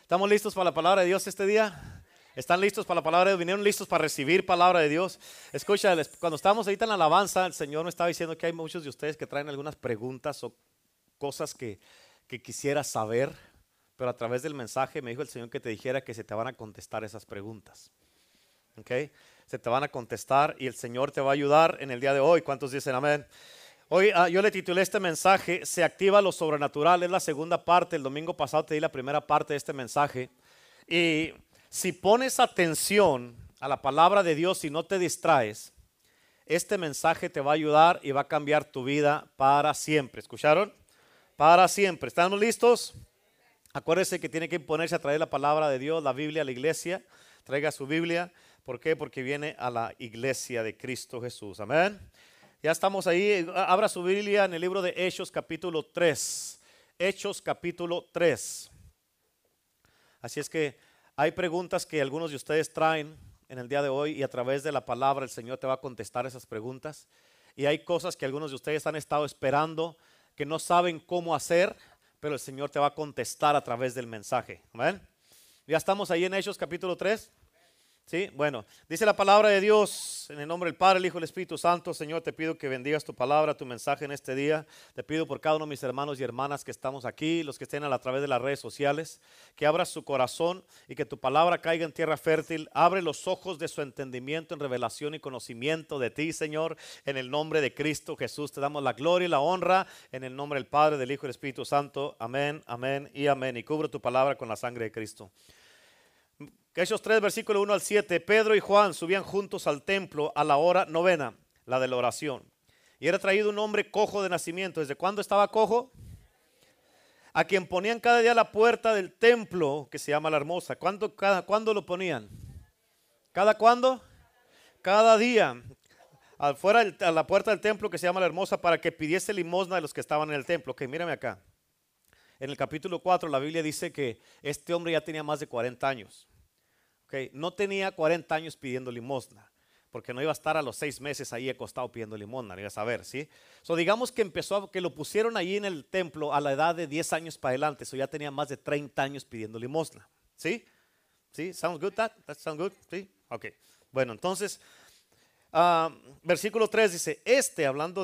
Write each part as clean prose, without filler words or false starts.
¿Estamos listos para la palabra de Dios este día? ¿Están listos para la palabra de Dios? ¿Vinieron listos para recibir palabra de Dios? Escucha, cuando estábamos ahorita en la alabanza, el Señor me estaba diciendo que hay muchos de ustedes que traen algunas preguntas o cosas que quisiera saber, pero a través del mensaje me dijo el Señor que te dijera que se te van a contestar esas preguntas. ¿Ok? Se te van a contestar y el Señor te va a ayudar en el día de hoy. ¿Cuántos dicen amén? Hoy yo le titulé este mensaje, Se activa lo sobrenatural. Es la segunda parte. El domingo pasado te di la primera parte de este mensaje. Y si pones atención a la palabra de Dios y no te distraes, este mensaje te va a ayudar y va a cambiar tu vida para siempre. ¿Escucharon? Para siempre. ¿Estamos listos? Acuérdese que tiene que ponerse a traer la palabra de Dios, la Biblia a la iglesia. Traiga su Biblia. ¿Por qué? Porque viene a la iglesia de Cristo Jesús. Amén. Ya estamos ahí. Abra su Biblia en el libro de Hechos capítulo 3. Hechos capítulo 3. Así es que hay preguntas que algunos de ustedes traen en el día de hoy y a través de la palabra el Señor te va a contestar esas preguntas. Y hay cosas que algunos de ustedes han estado esperando que no saben cómo hacer, pero el Señor te va a contestar a través del mensaje. Amén. Ya estamos ahí en Hechos capítulo 3. Sí, bueno, dice la palabra de Dios en el nombre del Padre, el Hijo y el Espíritu Santo. Señor, te pido que bendigas tu palabra, tu mensaje en este día. Te pido por cada uno de mis hermanos y hermanas que estamos aquí, los que estén a través de las redes sociales, que abras su corazón y que tu palabra caiga en tierra fértil. Abre los ojos de su entendimiento en revelación y conocimiento de ti, Señor, en el nombre de Cristo Jesús. Te damos la gloria y la honra en el nombre del Padre, del Hijo y del Espíritu Santo. Amén, amén y amén. Y cubro tu palabra con la sangre de Cristo. Hechos 3, versículo 1 al 7. Pedro y Juan subían juntos al templo a la hora novena, la de la oración. Y era traído un hombre cojo de nacimiento. ¿Desde cuándo estaba cojo? A quien ponían cada día a la puerta del templo, que se llama La Hermosa. ¿Cuándo lo ponían? ¿Cada cuándo? Cada día. Afuera a la puerta del templo, que se llama La Hermosa, para que pidiese limosna de los que estaban en el templo. Ok, mírame acá. En el capítulo 4 la Biblia dice que este hombre ya tenía más de 40 años. Okay. No tenía 40 años pidiendo limosna, porque no iba a estar a los 6 meses ahí acostado pidiendo limosna, no iba a saber, ¿sí? So, digamos que que lo pusieron allí en el templo a la edad de 10 años para adelante, so ya tenía más de 30 años pidiendo limosna, ¿sí? ¿Sí? ¿Sounds good that? That sounds good? ¿Sí? Ok. Bueno, entonces, versículo 3 dice, hablando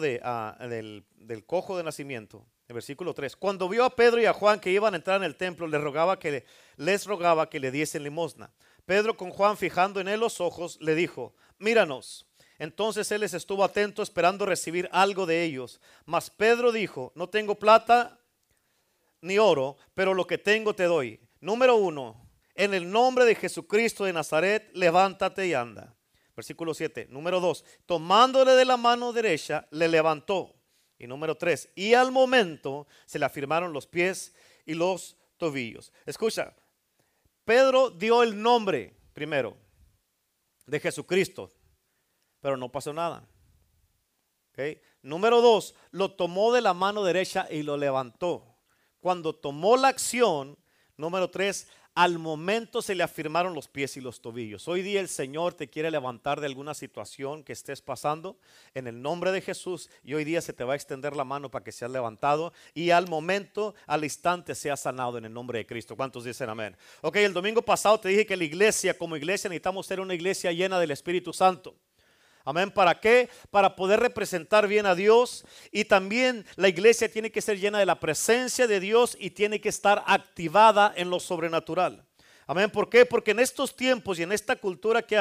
del cojo de nacimiento, el versículo 3, cuando vio a Pedro y a Juan que iban a entrar en el templo, les rogaba que le diesen limosna. Pedro, con Juan fijando en él los ojos, le dijo, míranos. Entonces él les estuvo atento esperando recibir algo de ellos. Mas Pedro dijo, no tengo plata ni oro, pero lo que tengo te doy. Número 1, en el nombre de Jesucristo de Nazaret, levántate y anda. Versículo 7. Número 2, tomándole de la mano derecha, le levantó. Y número 3, y al momento se le afirmaron los pies y los tobillos. Escucha. Pedro dio el nombre primero de Jesucristo, pero no pasó nada. ¿Okay? Número 2, lo tomó de la mano derecha y lo levantó. Cuando tomó la acción, número 3, al momento se le afirmaron los pies y los tobillos. Hoy día el Señor te quiere levantar de alguna situación que estés pasando en el nombre de Jesús, y hoy día se te va a extender la mano para que seas levantado y al momento, al instante seas sanado en el nombre de Cristo. ¿Cuántos dicen amén? Ok, el domingo pasado te dije que la iglesia, como iglesia, necesitamos ser una iglesia llena del Espíritu Santo. Amén. ¿Para qué? Para poder representar bien a Dios, y también la iglesia tiene que ser llena de la presencia de Dios y tiene que estar activada en lo sobrenatural. Amén. ¿Por qué? Porque en estos tiempos y en esta cultura que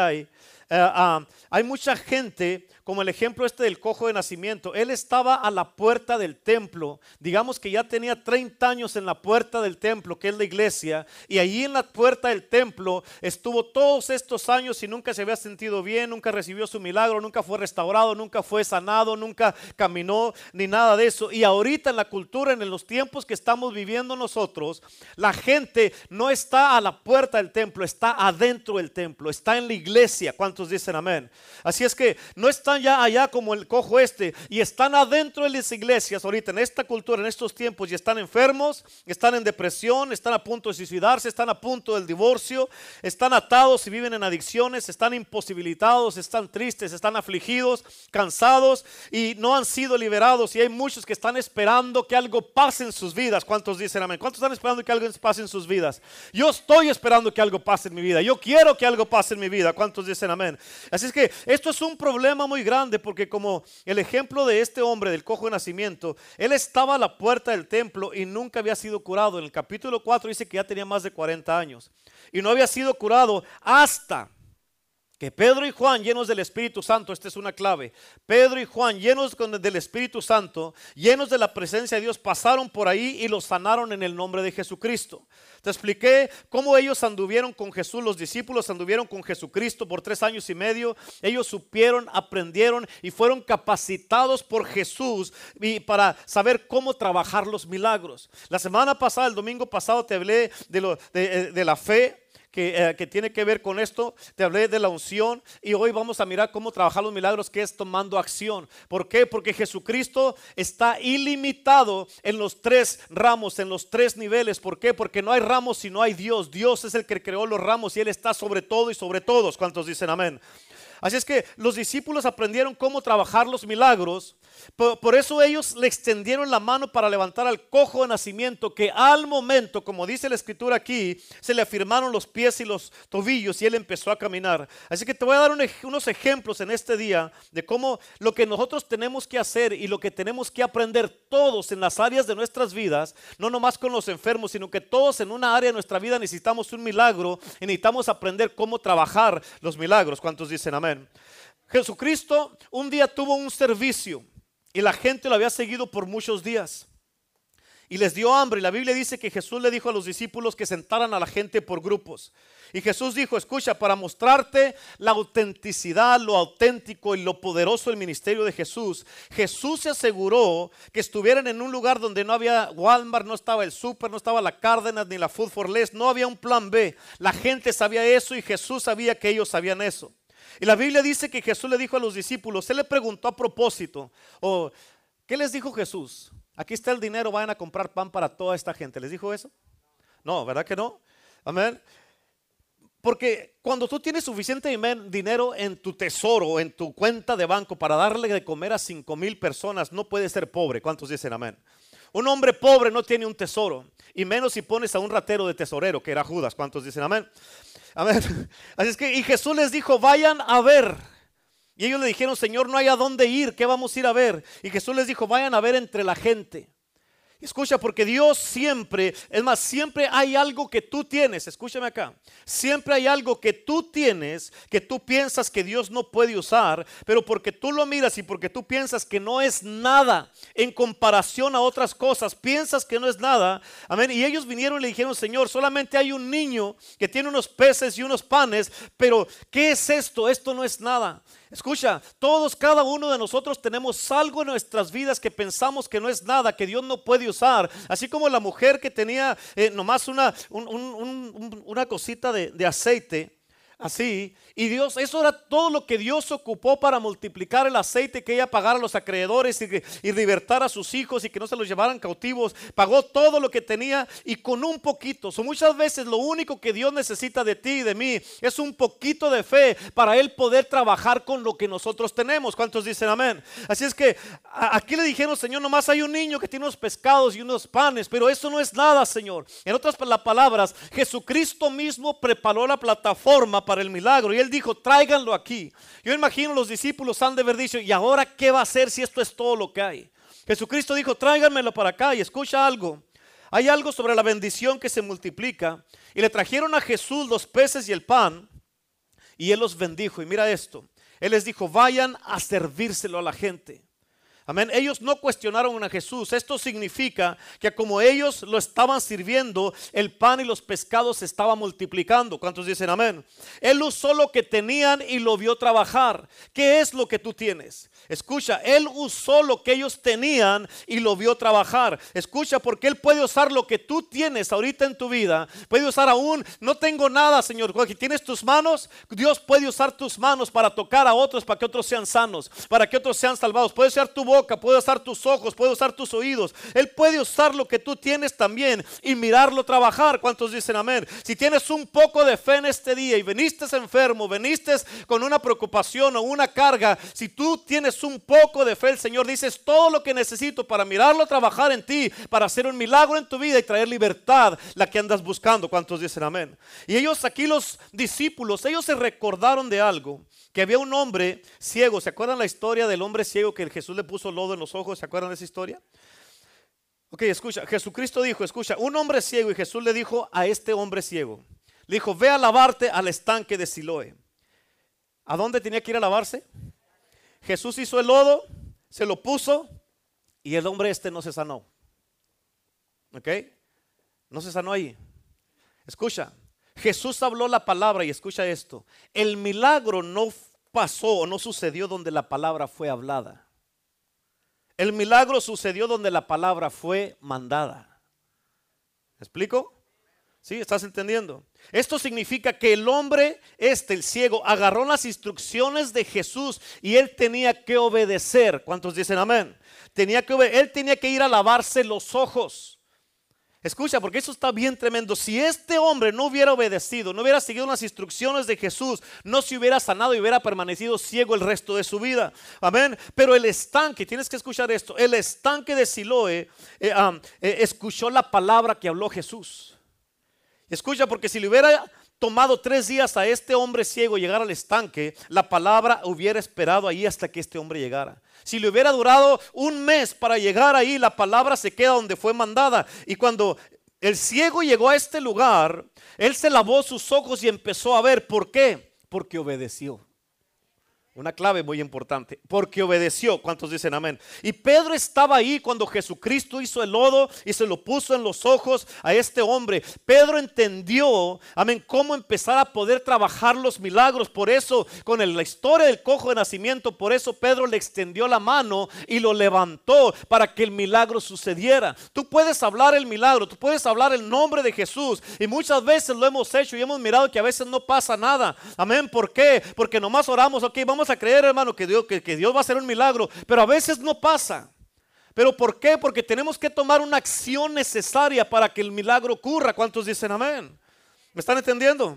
hay mucha gente, como el ejemplo del cojo de nacimiento. Él estaba a la puerta del templo, digamos que ya tenía 30 años en la puerta del templo, que es la iglesia, y allí en la puerta del templo estuvo todos estos años y nunca se había sentido bien, nunca recibió su milagro, nunca fue restaurado, nunca fue sanado, nunca caminó, ni nada de eso. Y ahorita en la cultura, en los tiempos que estamos viviendo nosotros, la gente no está a la puerta del templo, está adentro del templo, está en la iglesia. ¿Cuántos ¿Cuántos dicen amén? Así es que no están ya allá como el cojo y están adentro de las iglesias ahorita en esta cultura, en estos tiempos, y están enfermos, están en depresión, están a punto de suicidarse, están a punto del divorcio, están atados y viven en adicciones, están imposibilitados, están tristes, están afligidos, cansados y no han sido liberados, y hay muchos que están esperando que algo pase en sus vidas. ¿Cuántos dicen amén? ¿Cuántos están esperando que algo pase en sus vidas? Yo estoy esperando que algo pase en mi vida. Yo quiero que algo pase en mi vida. ¿Cuántos dicen amén? Así es que esto es un problema muy grande, porque como el ejemplo de este hombre del cojo de nacimiento, él estaba a la puerta del templo y nunca había sido curado. En el capítulo 4 dice que ya tenía más de 40 años y no había sido curado hasta que Pedro y Juan, llenos del Espíritu Santo, esta es una clave, Pedro y Juan, llenos del Espíritu Santo, llenos de la presencia de Dios, pasaron por ahí y los sanaron en el nombre de Jesucristo. Te expliqué cómo ellos anduvieron con Jesús, los discípulos anduvieron con Jesucristo por 3 años y medio. Ellos supieron, aprendieron y fueron capacitados por Jesús para saber cómo trabajar los milagros. La semana pasada, el domingo pasado, te hablé de la fe. Que tiene que ver con esto, te hablé de la unción, y hoy vamos a mirar cómo trabajar los milagros, que es tomando acción. ¿Por qué? Porque Jesucristo está ilimitado en los 3 ramos, en los 3 niveles. ¿Por qué? Porque no hay ramos si no hay Dios. Dios es el que creó los ramos y Él está sobre todo y sobre todos. ¿Cuántos dicen amén? Así es que los discípulos aprendieron cómo trabajar los milagros. Por eso ellos le extendieron la mano para levantar al cojo de nacimiento, que al momento, como dice la escritura aquí, se le afirmaron los pies y los tobillos y él empezó a caminar. Así que te voy a dar unos ejemplos en este día de cómo lo que nosotros tenemos que hacer y lo que tenemos que aprender todos en las áreas de nuestras vidas, no nomás con los enfermos, sino que todos en una área de nuestra vida necesitamos un milagro y necesitamos aprender cómo trabajar los milagros. ¿Cuántos dicen amén? Jesucristo un día tuvo un servicio y la gente lo había seguido por muchos días y les dio hambre, y la Biblia dice que Jesús le dijo a los discípulos que sentaran a la gente por grupos. Y Jesús dijo: escucha, para mostrarte la autenticidad, lo auténtico y lo poderoso del ministerio de Jesús, Jesús se aseguró que estuvieran en un lugar donde no había Walmart, no estaba el Super, no estaba la Cárdenas ni la Food for Less, no había un plan B. La gente sabía eso y Jesús sabía que ellos sabían eso. Y la Biblia dice que Jesús le dijo a los discípulos, él le preguntó a propósito, ¿qué les dijo Jesús? Aquí está el dinero, vayan a comprar pan para toda esta gente. ¿Les dijo eso? No, ¿verdad que no? Amén. Porque cuando tú tienes suficiente dinero en tu tesoro, en tu cuenta de banco para darle de comer a 5,000 personas, no puedes ser pobre. ¿Cuántos dicen amén? Un hombre pobre no tiene un tesoro, y menos si pones a un ratero de tesorero, que era Judas. ¿Cuántos dicen amén? Amén. Así es que, y Jesús les dijo, vayan a ver. Y ellos le dijeron, Señor, no hay a dónde ir, ¿qué vamos a ir a ver? Y Jesús les dijo, vayan a ver entre la gente. Escucha, porque Dios siempre, es más, siempre hay algo que tú tienes, escúchame acá, siempre hay algo que tú tienes, que tú piensas que Dios no puede usar, pero porque tú lo miras y porque tú piensas que no es nada en comparación a otras cosas, piensas que no es nada, amén. Y ellos vinieron y le dijeron, Señor, solamente hay un niño que tiene unos peces y unos panes, pero ¿qué es esto? Esto no es nada. Escucha, todos, cada uno de nosotros tenemos algo en nuestras vidas que pensamos que no es nada, que Dios no puede usar. Así como la mujer que tenía nomás una cosita de aceite, así, y Dios, eso era todo lo que Dios ocupó para multiplicar el aceite, que ella pagara a los acreedores y libertar a sus hijos y que no se los llevaran cautivos. Pagó todo lo que tenía y con un poquito. Muchas veces lo único que Dios necesita de ti y de mí es un poquito de fe para Él poder trabajar con lo que nosotros tenemos. ¿Cuántos dicen amén? Así es que aquí le dijeron, Señor, nomás hay un niño que tiene unos pescados y unos panes, pero eso no es nada, Señor. En otras palabras, Jesucristo mismo preparó la plataforma para el milagro y Él dijo, tráiganlo aquí. Yo imagino los discípulos han de haber dicho, ¿y ahora qué va a hacer si esto es todo lo que hay? Jesucristo dijo, tráiganmelo para acá. Y escucha algo, hay algo sobre la bendición que se multiplica. Y le trajeron a Jesús los peces y el pan y Él los bendijo. Y mira esto, Él les dijo, vayan a servírselo a la gente. Amén. Ellos no cuestionaron a Jesús. Esto significa que como ellos lo estaban sirviendo, el pan y los pescados se estaban multiplicando. ¿Cuántos dicen amén? Él usó lo que tenían y lo vio trabajar. ¿Qué es lo que tú tienes? Escucha, Él usó lo que ellos tenían y lo vio trabajar. Escucha, porque Él puede usar lo que tú tienes ahorita en tu vida. Puede usar aún, no tengo nada, Señor. Aquí tienes tus manos. Dios puede usar tus manos para tocar a otros, para que otros sean sanos, para que otros sean salvados. Puede usar tu boca, puede usar tus ojos, puede usar tus oídos. Él puede usar lo que tú tienes también y mirarlo trabajar. ¿Cuántos dicen amén? Si tienes un poco de fe en este día y viniste enfermo, viniste con una preocupación o una carga, si tú tienes un poco de fe, el Señor dice: es todo lo que necesito para mirarlo trabajar en ti, para hacer un milagro en tu vida y traer libertad, la que andas buscando. ¿Cuántos dicen amén? Y ellos aquí, los discípulos, ellos se recordaron de algo, que había un hombre ciego. ¿Se acuerdan la historia del hombre ciego que Jesús le puso lodo en los ojos? ¿Se acuerdan de esa historia? Ok, escucha, Jesucristo dijo, escucha, un hombre ciego, y Jesús le dijo a este hombre ciego, le dijo: ve a lavarte al estanque de Siloé. ¿A dónde tenía que ir a lavarse? Jesús hizo el lodo, se lo puso, y el hombre no se sanó. ¿Ok? No se sanó ahí. Escucha, Jesús habló la palabra, y escucha esto: el milagro no pasó o no sucedió donde la palabra fue hablada. El milagro sucedió donde la palabra fue mandada. ¿Me explico? ¿Sí? ¿Estás entendiendo? Esto significa que el hombre, el ciego, agarró las instrucciones de Jesús y él tenía que obedecer. ¿Cuántos dicen amén? Él tenía que ir a lavarse los ojos. Escucha, porque eso está bien tremendo. Si este hombre no hubiera obedecido, no hubiera seguido las instrucciones de Jesús, no se hubiera sanado y hubiera permanecido ciego el resto de su vida. Amén. Pero el estanque, tienes que escuchar esto, el estanque de Siloé escuchó la palabra que habló Jesús. Escucha, porque si le hubiera tomado 3 días a este hombre ciego llegar al estanque, la palabra hubiera esperado ahí hasta que este hombre llegara. Si le hubiera durado 1 mes para llegar ahí, la palabra se queda donde fue mandada. Y cuando el ciego llegó a este lugar, él se lavó sus ojos y empezó a ver. ¿Por qué? Porque obedeció. Una clave muy importante, porque obedeció. ¿Cuántos dicen amén? Y Pedro estaba ahí cuando Jesucristo hizo el lodo y se lo puso en los ojos a este hombre. Pedro entendió, amén, cómo empezar a poder trabajar los milagros. Por eso, con la historia del cojo de nacimiento, por eso Pedro le extendió la mano y lo levantó para que el milagro sucediera. Tú puedes hablar el milagro, tú puedes hablar el nombre de Jesús, y muchas veces lo hemos hecho y hemos mirado que a veces no pasa nada. Amén. ¿Por qué? Porque nomás oramos, ok, vamos a creer, hermano, que Dios va a hacer un milagro, pero a veces no pasa. ¿Pero por qué? Porque tenemos que tomar una acción necesaria para que el milagro ocurra. ¿Cuántos dicen amén? ¿Me están entendiendo?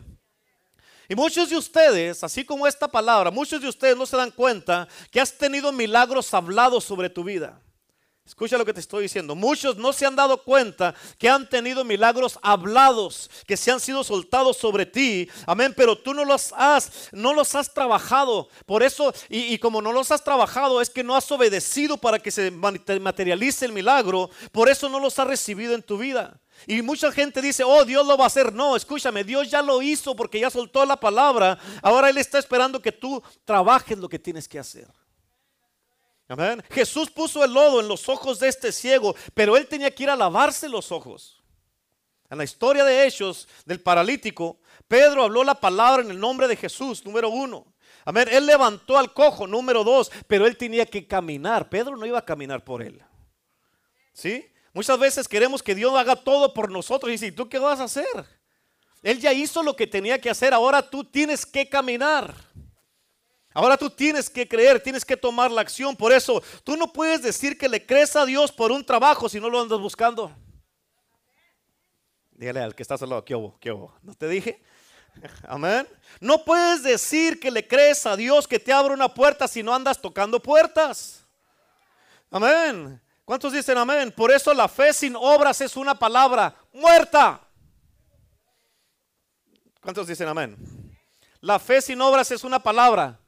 Y muchos de ustedes, así como esta palabra, muchos de ustedes no se dan cuenta que has tenido milagros hablados sobre tu vida. Escucha lo que te estoy diciendo. Muchos no se han dado cuenta que han tenido milagros hablados, que se han sido soltados sobre ti. Amén. Pero tú no los has trabajado. Por eso, y como no los has trabajado, es que no has obedecido para que se materialice el milagro. Por eso no los has recibido en tu vida. Y mucha gente dice: oh, Dios lo va a hacer. No, escúchame, Dios ya lo hizo porque ya soltó la palabra. Ahora Él está esperando que tú trabajes lo que tienes que hacer. Amén. Jesús puso el lodo en los ojos de este ciego, pero él tenía que ir a lavarse los ojos. En la historia de Hechos del paralítico, Pedro habló la palabra en el nombre de Jesús, número 1. Amén. Él levantó al cojo, número 2, pero él tenía que caminar. Pedro no iba a caminar por él. ¿Sí? Muchas veces queremos que Dios haga todo por nosotros y dice: ¿y tú qué vas a hacer? Él ya hizo lo que tenía que hacer, ahora tú tienes que caminar. Ahora tú tienes que creer, tienes que tomar la acción. Por eso tú no puedes decir que le crees a Dios por un trabajo si no lo andas buscando. Dígale al que estás al lado: ¿qué hubo? ¿Qué hubo? ¿No te dije? Amén. No puedes decir que le crees a Dios que te abra una puerta si no andas tocando puertas. Amén. ¿Cuántos dicen amén? Por eso la fe sin obras es una palabra muerta. ¿Cuántos dicen amén? La fe sin obras es una palabra.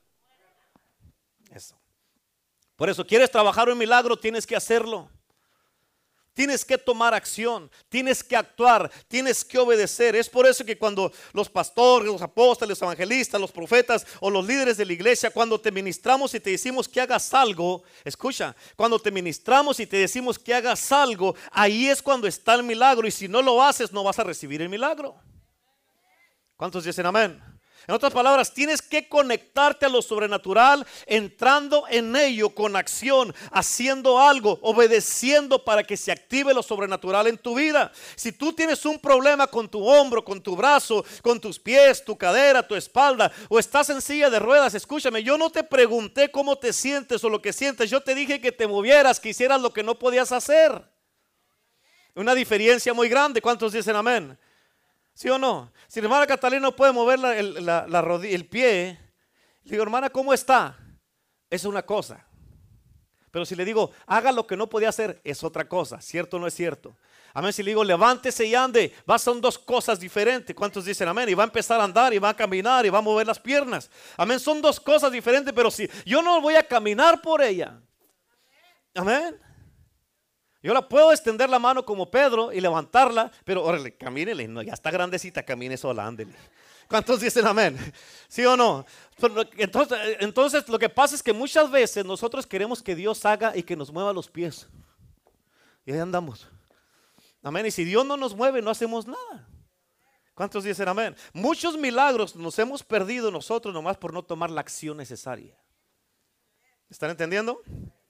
Eso. Por eso, ¿quieres trabajar un milagro? Tienes que hacerlo. tienes que tomar acción, tienes que actuar, tienes que obedecer. Es por eso que cuando los pastores, los apóstoles, los evangelistas, los profetas o los líderes de la iglesia, cuando te ministramos y te decimos que hagas algo, escucha, cuando te ministramos y te decimos que hagas algo, ahí es cuando está el milagro, y si no lo haces no vas a recibir el milagro. ¿Cuántos dicen amén? En otras palabras, tienes que conectarte a lo sobrenatural, entrando en ello con acción, haciendo algo, obedeciendo para que se active lo sobrenatural en tu vida. Si tú tienes un problema con tu hombro, con tu brazo, con tus pies, tu cadera, tu espalda, o estás en silla de ruedas, escúchame, yo no te pregunté cómo te sientes o lo que sientes, yo te dije que te movieras, que hicieras lo que no podías hacer. Una diferencia muy grande. ¿Cuántos dicen amén? ¿Sí o no? Si la hermana Catalina no puede mover la rodilla, el pie, le digo, hermana, ¿cómo está? Es una cosa. Pero si le digo, haga lo que no podía hacer, es otra cosa. ¿Cierto o no es cierto? Amén. Si le digo, levántese y ande, son dos cosas diferentes. ¿Cuántos dicen amén? Y va a empezar a andar, y va a caminar, y va a mover las piernas. Amén. Son dos cosas diferentes, pero si yo no voy a caminar por ella. Amén. Yo la puedo extender la mano como Pedro y levantarla, pero órale, camínele, no, ya está grandecita, camine sola, ándele. ¿Cuántos dicen amén? ¿Sí o no? Entonces lo que pasa es que muchas veces nosotros queremos que Dios haga y que nos mueva los pies. Y ahí andamos. Amén. Y si Dios no nos mueve, no hacemos nada. ¿Cuántos dicen amén? Muchos milagros nos hemos perdido nosotros nomás por no tomar la acción necesaria. ¿Están entendiendo?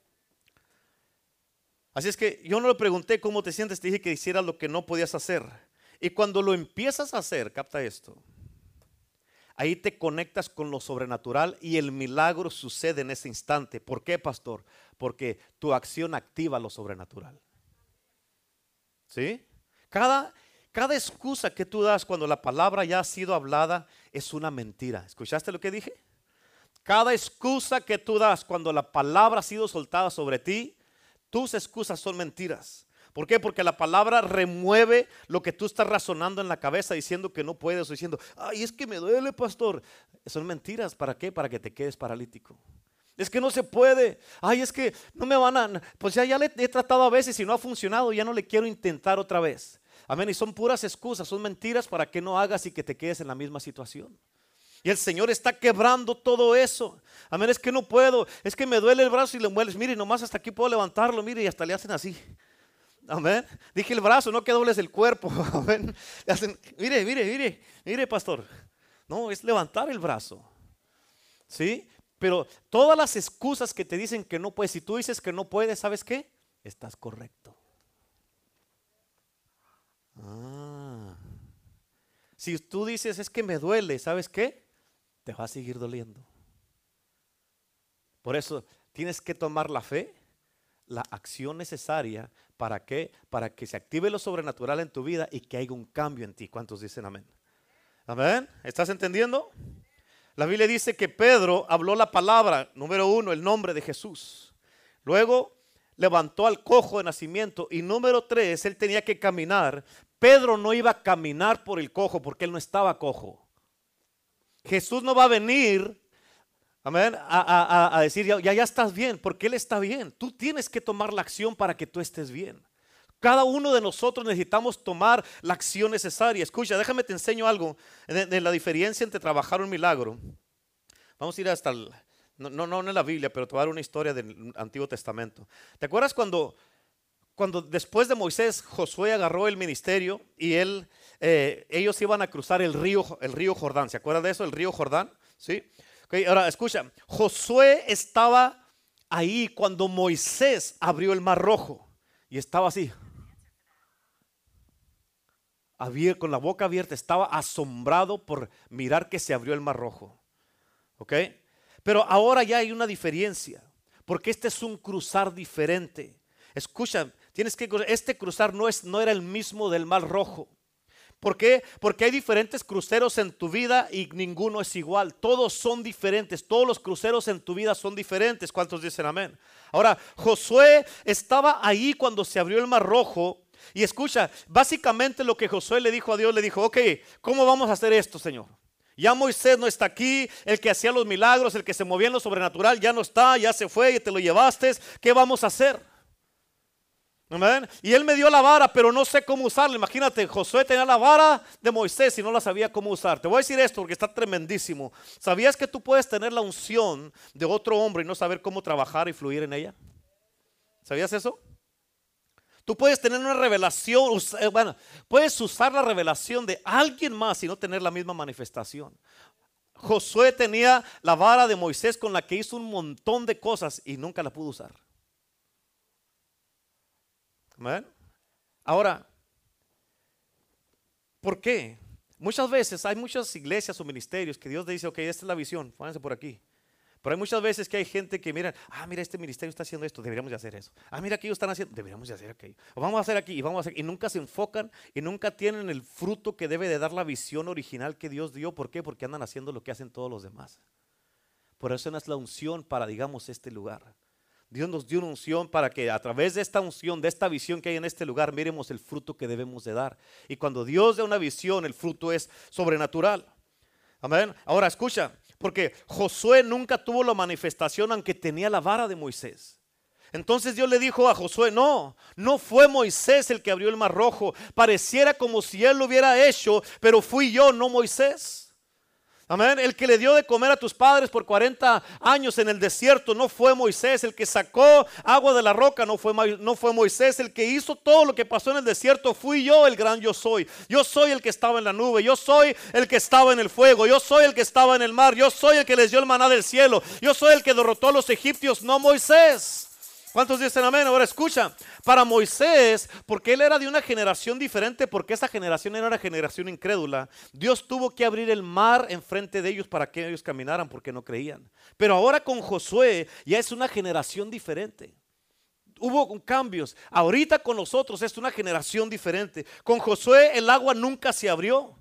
Así es que yo no le pregunté cómo te sientes, te dije que hicieras lo que no podías hacer. Y cuando lo empiezas a hacer, capta esto, ahí te conectas con lo sobrenatural y el milagro sucede en ese instante. ¿Por qué, pastor? Porque tu acción activa lo sobrenatural. ¿Sí? Cada excusa que tú das cuando la palabra ya ha sido hablada es una mentira. ¿Escuchaste lo que dije? Cada excusa que tú das cuando la palabra ha sido soltada sobre ti, tus excusas son mentiras. ¿Por qué? Porque la palabra remueve lo que tú estás razonando en la cabeza, diciendo que no puedes, o diciendo, ay, es que me duele, pastor. Son mentiras. ¿Para qué? Para que te quedes paralítico. Es que no se puede. Ay, es que no me van a... Pues ya le he tratado a veces y no ha funcionado, ya no le quiero intentar otra vez. Amén. Y son puras excusas, son mentiras para que no hagas y que te quedes en la misma situación. Y el Señor está quebrando todo eso. Amén. Es que no puedo, es que me duele el brazo y le mueves. Mire, nomás hasta aquí puedo levantarlo. Mire, y hasta le hacen así. Amén. Dije el brazo, no que dobles el cuerpo. Amén. Le hacen, mire, pastor. No, es levantar el brazo. ¿Sí? Pero todas las excusas que te dicen que no puedes, si tú dices que no puedes, ¿sabes qué? Estás correcto. Si tú dices, es que me duele, ¿sabes qué? Te va a seguir doliendo. Por eso tienes que tomar la fe, la acción necesaria. ¿Para qué? Para que se active lo sobrenatural en tu vida y que haya un cambio en ti. ¿Cuántos dicen amén? Amén. ¿Estás entendiendo? La Biblia dice que Pedro habló la palabra, número 1, el nombre de Jesús. Luego levantó al cojo de nacimiento, y número 3, él tenía que caminar. Pedro no iba a caminar por el cojo porque él no estaba cojo. Jesús no va a venir, amén, a decir ya estás bien, porque Él está bien. Tú tienes que tomar la acción para que tú estés bien. Cada uno de nosotros necesitamos tomar la acción necesaria. Escucha, déjame te enseño algo de la diferencia entre trabajar un milagro. Vamos a ir hasta no en la Biblia, pero te voy a dar una historia del Antiguo Testamento. ¿Te acuerdas cuando después de Moisés, Josué agarró el ministerio y ellos iban a cruzar el río Jordán? ¿Se acuerdan de eso? El río Jordán, ¿sí? Okay, ahora escucha, Josué estaba ahí cuando Moisés abrió el mar rojo y estaba así, con la boca abierta, estaba asombrado por mirar que se abrió el mar rojo. ¿Ok? Pero ahora ya hay una diferencia, porque este es un cruzar diferente. Escucha, este cruzar no era el mismo del mar rojo. ¿Por qué? Porque hay diferentes cruceros en tu vida y ninguno es igual. Todos son diferentes. Todos los cruceros en tu vida son diferentes. ¿Cuántos dicen amén? Ahora, Josué estaba ahí cuando se abrió el mar rojo. Y escucha, básicamente lo que Josué le dijo a Dios, le dijo, ok, ¿cómo vamos a hacer esto, Señor? Ya Moisés no está aquí, el que hacía los milagros, el que se movía en lo sobrenatural, ya no está, ya se fue y te lo llevaste. ¿Qué vamos a hacer? Amén. Y él me dio la vara, pero no sé cómo usarla. Imagínate, Josué tenía la vara de Moisés y no la sabía cómo usar. Te voy a decir esto porque está tremendísimo. ¿Sabías que tú puedes tener la unción de otro hombre y no saber cómo trabajar y fluir en ella? ¿Sabías eso? Tú puedes tener una revelación, bueno, puedes usar la revelación de alguien más y no tener la misma manifestación. Josué tenía la vara de Moisés con la que hizo un montón de cosas y nunca la pudo usar. ¿Amén? Ahora, ¿por qué? Muchas veces hay muchas iglesias o ministerios que Dios le dice, ok, esta es la visión, pónganse por aquí. Pero hay muchas veces que hay gente que mira, mira, este ministerio está haciendo esto, deberíamos de hacer eso. Mira, aquellos están haciendo, deberíamos de hacer aquello. O vamos a hacer aquí y vamos a hacer, y nunca se enfocan y nunca tienen el fruto que debe de dar la visión original que Dios dio. ¿Por qué? Porque andan haciendo lo que hacen todos los demás. Por eso no es la unción para, digamos, este lugar. Dios nos dio una unción para que a través de esta unción, de esta visión que hay en este lugar, miremos el fruto que debemos de dar. Y cuando Dios da una visión, el fruto es sobrenatural. Amén. Ahora escucha, porque Josué nunca tuvo la manifestación aunque tenía la vara de Moisés. Entonces Dios le dijo a Josué, no fue Moisés el que abrió el mar rojo. Pareciera como si él lo hubiera hecho, pero fui yo, no Moisés. Amén. El que le dio de comer a tus padres por 40 años en el desierto no fue Moisés. El que sacó agua de la roca no fue Moisés. El que hizo todo lo que pasó en el desierto fui yo, el gran yo soy. Yo soy el que estaba en la nube. Yo soy el que estaba en el fuego. Yo soy el que estaba en el mar. Yo soy el que les dio el maná del cielo. Yo soy el que derrotó a los egipcios, no Moisés. ¿Cuántos dicen amén? Ahora escucha, para Moisés, porque él era de una generación diferente, porque esa generación era una generación incrédula, Dios tuvo que abrir el mar enfrente de ellos para que ellos caminaran porque no creían. Pero ahora con Josué ya es una generación diferente. Hubo cambios. Ahorita con nosotros es una generación diferente. Con Josué el agua nunca se abrió.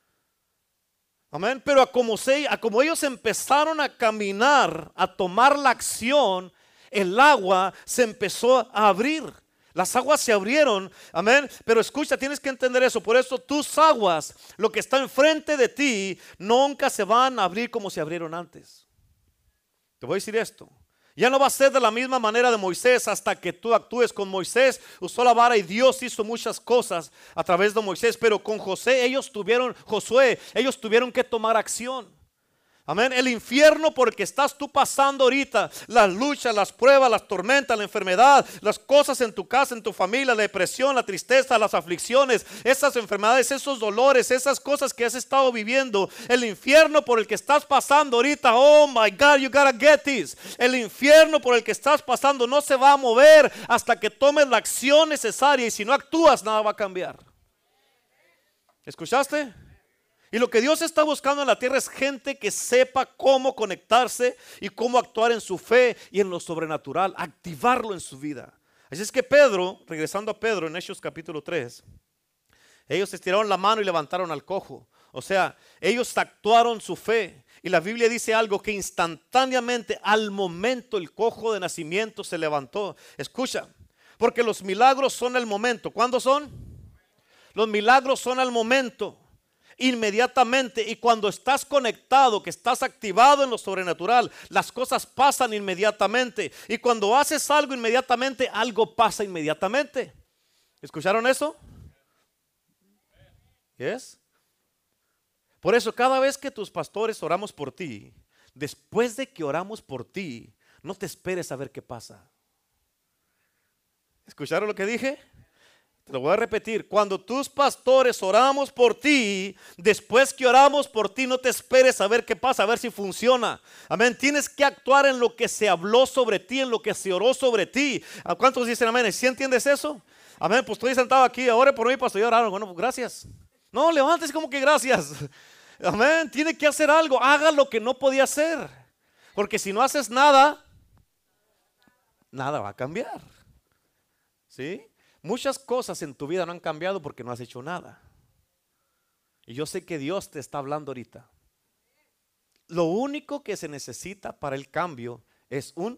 Amén. Pero a como ellos empezaron a caminar, a tomar la acción, el agua se empezó a abrir. Las aguas se abrieron, amén. Pero escucha, tienes que entender eso. Por eso tus aguas, lo que está enfrente de ti, nunca se van a abrir como se abrieron antes. Te voy a decir esto. Ya no va a ser de la misma manera de Moisés hasta que tú actúes. Con Moisés usó la vara y Dios hizo muchas cosas a través de Moisés. Pero con Josué ellos tuvieron que tomar acción. Amén. El infierno por el que estás tú pasando ahorita, las luchas, las pruebas, las tormentas, la enfermedad, las cosas en tu casa, en tu familia, la depresión, la tristeza, las aflicciones, esas enfermedades, esos dolores, esas cosas que has estado viviendo, el infierno por el que estás pasando ahorita, oh my God, you gotta get this. El infierno por el que estás pasando no se va a mover hasta que tomes la acción necesaria, y si no actúas, nada va a cambiar. ¿Escuchaste? Y lo que Dios está buscando en la tierra es gente que sepa cómo conectarse y cómo actuar en su fe y en lo sobrenatural, activarlo en su vida. Así es que Pedro, regresando a Pedro en Hechos capítulo 3, ellos estiraron la mano y levantaron al cojo. O sea, ellos actuaron su fe. Y la Biblia dice algo que instantáneamente, al momento, el cojo de nacimiento se levantó. Escucha, porque los milagros son el momento. ¿Cuándo son? Los milagros son al momento. Inmediatamente. Y cuando estás conectado, que estás activado en lo sobrenatural, las cosas pasan inmediatamente. Y cuando haces algo inmediatamente, algo pasa inmediatamente. ¿Escucharon eso? ¿Yes? Por eso cada vez que tus pastores oramos por ti, después de que oramos por ti, no te esperes a ver qué pasa. ¿Escucharon lo que dije? Te lo voy a repetir. Cuando tus pastores oramos por ti, después que oramos por ti, no te esperes a ver qué pasa, a ver si funciona. Amén. Tienes que actuar en lo que se habló sobre ti, en lo que se oró sobre ti. ¿A cuántos dicen amén? ¿Sí entiendes eso? Amén. Pues estoy sentado aquí, ore por mí, pastor. Y oraron. Bueno, pues gracias. No, levántese como que gracias. Amén. Tiene que hacer algo. Haga lo que no podía hacer. Porque si no haces nada, nada va a cambiar. ¿Sí? Muchas cosas en tu vida no han cambiado porque no has hecho nada. Y yo sé que Dios te está hablando ahorita. Lo único que se necesita para el cambio es un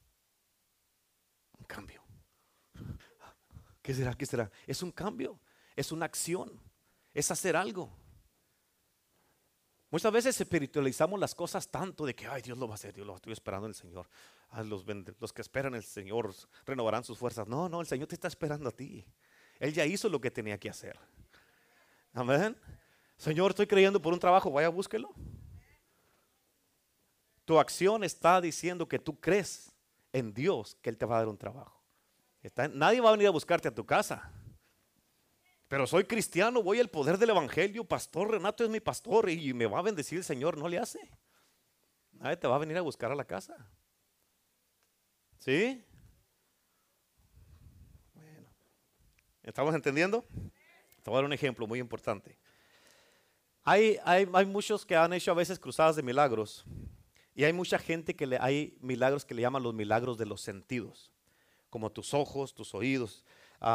cambio. ¿Qué será? ¿Qué será? Es un cambio, es una acción, es hacer algo. Muchas veces espiritualizamos las cosas tanto de que, ay, Dios lo va a hacer, Dios lo estoy esperando en el Señor. Los que esperan el Señor renovarán sus fuerzas. No, no, el Señor te está esperando a ti. Él ya hizo lo que tenía que hacer. Amén. Señor, estoy creyendo por un trabajo, vaya, búsquelo. Tu acción está diciendo que tú crees en Dios que Él te va a dar un trabajo. Nadie va a venir a buscarte a tu casa. Pero soy cristiano, voy al poder del evangelio, pastor Renato es mi pastor y me va a bendecir el Señor. No le hace. Nadie te va a venir a buscar a la casa. ¿Sí? Bueno, ¿estamos entendiendo? Te voy a dar un ejemplo muy importante. Hay muchos que han hecho a veces cruzadas de milagros. Y hay mucha gente que hay milagros que le llaman los milagros de los sentidos. Como tus ojos, tus oídos.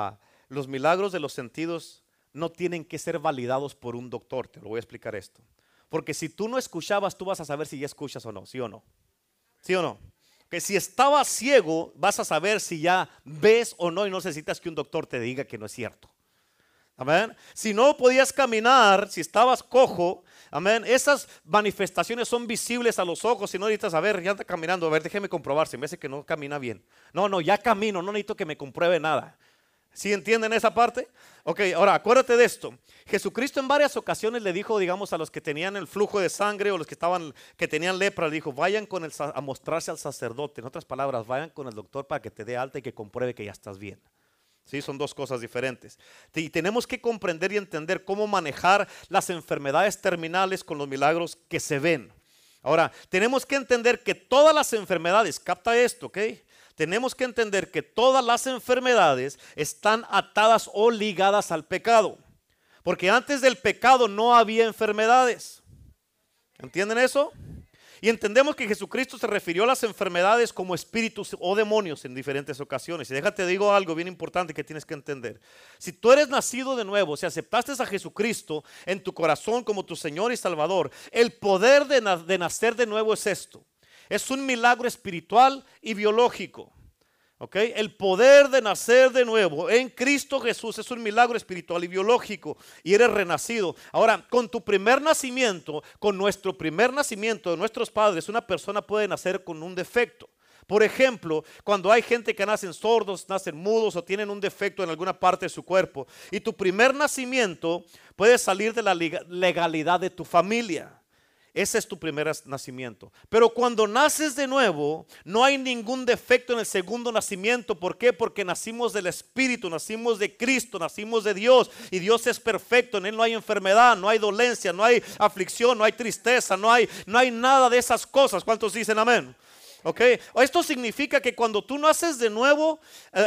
Los milagros de los sentidos no tienen que ser validados por un doctor. Te lo voy a explicar esto. Porque si tú no escuchabas, tú vas a saber si ya escuchas o no. ¿Sí o no? ¿Sí o no? Que si estabas ciego, vas a saber si ya ves o no y no necesitas que un doctor te diga que no es cierto. Amén. Si no podías caminar, si estabas cojo, amén, esas manifestaciones son visibles a los ojos. Si no necesitas saber, ya anda caminando, a ver, déjeme comprobar, si me hace que no camina bien. No, ya camino, no necesito que me compruebe nada. ¿Sí entienden esa parte? Ok, ahora acuérdate de esto. Jesucristo en varias ocasiones le dijo, digamos, a los que tenían el flujo de sangre o los que tenían lepra, le dijo, vayan a mostrarse al sacerdote. En otras palabras, vayan con el doctor para que te dé alta y que compruebe que ya estás bien. Sí, son dos cosas diferentes. Y tenemos que comprender y entender cómo manejar las enfermedades terminales con los milagros que se ven. Ahora, tenemos que entender que todas las enfermedades, capta esto, ¿ok? Tenemos que entender que todas las enfermedades están atadas o ligadas al pecado. Porque antes del pecado no había enfermedades. ¿Entienden eso? Y entendemos que Jesucristo se refirió a las enfermedades como espíritus o demonios en diferentes ocasiones. Y déjate digo algo bien importante que tienes que entender. Si tú eres nacido de nuevo, si aceptaste a Jesucristo en tu corazón como tu Señor y Salvador, el poder de nacer de nuevo es esto. Es un milagro espiritual y biológico. Okay. El poder de nacer de nuevo en Cristo Jesús es un milagro espiritual y biológico y eres renacido. Ahora, con tu primer nacimiento, con nuestro primer nacimiento de nuestros padres, una persona puede nacer con un defecto. Por ejemplo, cuando hay gente que nacen sordos, nacen mudos o tienen un defecto en alguna parte de su cuerpo y tu primer nacimiento puede salir de la legalidad de tu familia. Ese es tu primer nacimiento. Pero cuando naces de nuevo, no hay ningún defecto en el segundo nacimiento. ¿Por qué? Porque nacimos del Espíritu, nacimos de Cristo, nacimos de Dios. Y Dios es perfecto. En Él no hay enfermedad, no hay dolencia, no hay aflicción, no hay tristeza, no hay nada de esas cosas. ¿Cuántos dicen amén? Okay. Esto significa que cuando tú naces de nuevo,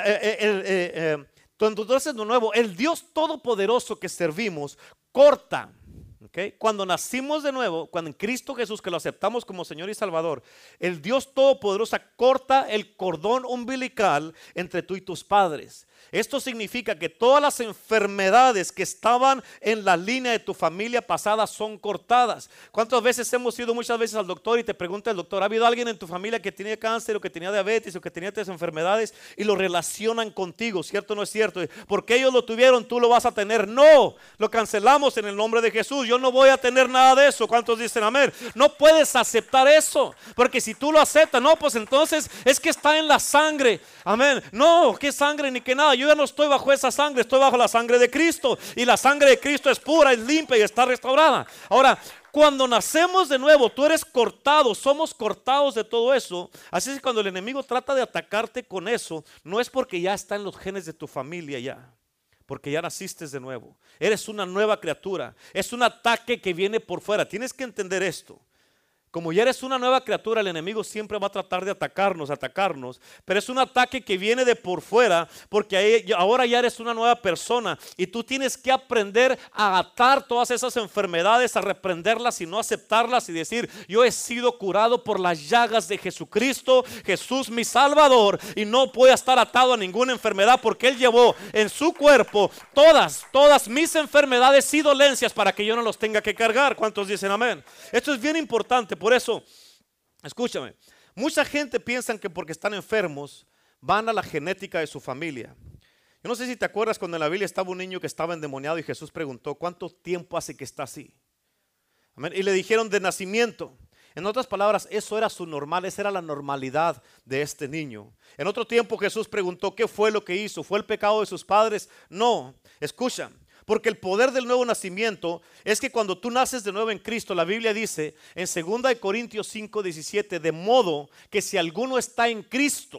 el Dios Todopoderoso que servimos corta. Okay. Cuando nacimos de nuevo, cuando en Cristo Jesús que lo aceptamos como Señor y Salvador, el Dios Todopoderoso corta el cordón umbilical entre tú y tus padres. Esto significa que todas las enfermedades que estaban en la línea de tu familia pasada son cortadas. ¿Cuántas veces hemos ido muchas veces al doctor y te pregunta el doctor, ¿ha habido alguien en tu familia que tenía cáncer o que tenía diabetes o que tenía otras enfermedades? Y lo relacionan contigo, ¿cierto o no es cierto? Porque ellos lo tuvieron, tú lo vas a tener. No, lo cancelamos en el nombre de Jesús. Yo no voy a tener nada de eso. ¿Cuántos dicen amén? No puedes aceptar eso, porque si tú lo aceptas, no, pues entonces es que está en la sangre. Amén. No, qué sangre ni qué nada. Yo ya no estoy bajo esa sangre, estoy bajo la sangre de Cristo. Y la sangre de Cristo es pura, es limpia y está restaurada. Ahora, cuando nacemos de nuevo, tú eres cortado, somos cortados de todo eso. Así es que cuando el enemigo trata de atacarte con eso, no es porque ya está en los genes de tu familia ya. Porque ya naciste de nuevo. Eres una nueva criatura. Es un ataque que viene por fuera. Tienes que entender esto. Como ya eres una nueva criatura, el enemigo siempre va a tratar de atacarnos, pero es un ataque que viene de por fuera, porque ahora ya eres una nueva persona y tú tienes que aprender a atar todas esas enfermedades, a reprenderlas y no aceptarlas y decir, yo he sido curado por las llagas de Jesucristo, Jesús mi Salvador, y no voy a estar atado a ninguna enfermedad porque Él llevó en su cuerpo todas mis enfermedades y dolencias para que yo no los tenga que cargar. ¿Cuántos dicen amén? Esto es bien importante. Por eso, escúchame, mucha gente piensa que porque están enfermos van a la genética de su familia. Yo no sé si te acuerdas cuando en la Biblia estaba un niño que estaba endemoniado y Jesús preguntó, ¿cuánto tiempo hace que está así? Amén. Y le dijeron de nacimiento. En otras palabras, eso era su normal, esa era la normalidad de este niño. En otro tiempo Jesús preguntó qué fue lo que hizo. ¿Fue el pecado de sus padres? No, escucha. Porque el poder del nuevo nacimiento es que cuando tú naces de nuevo en Cristo, la Biblia dice en 2 Corintios 5:17, de modo que si alguno está en Cristo,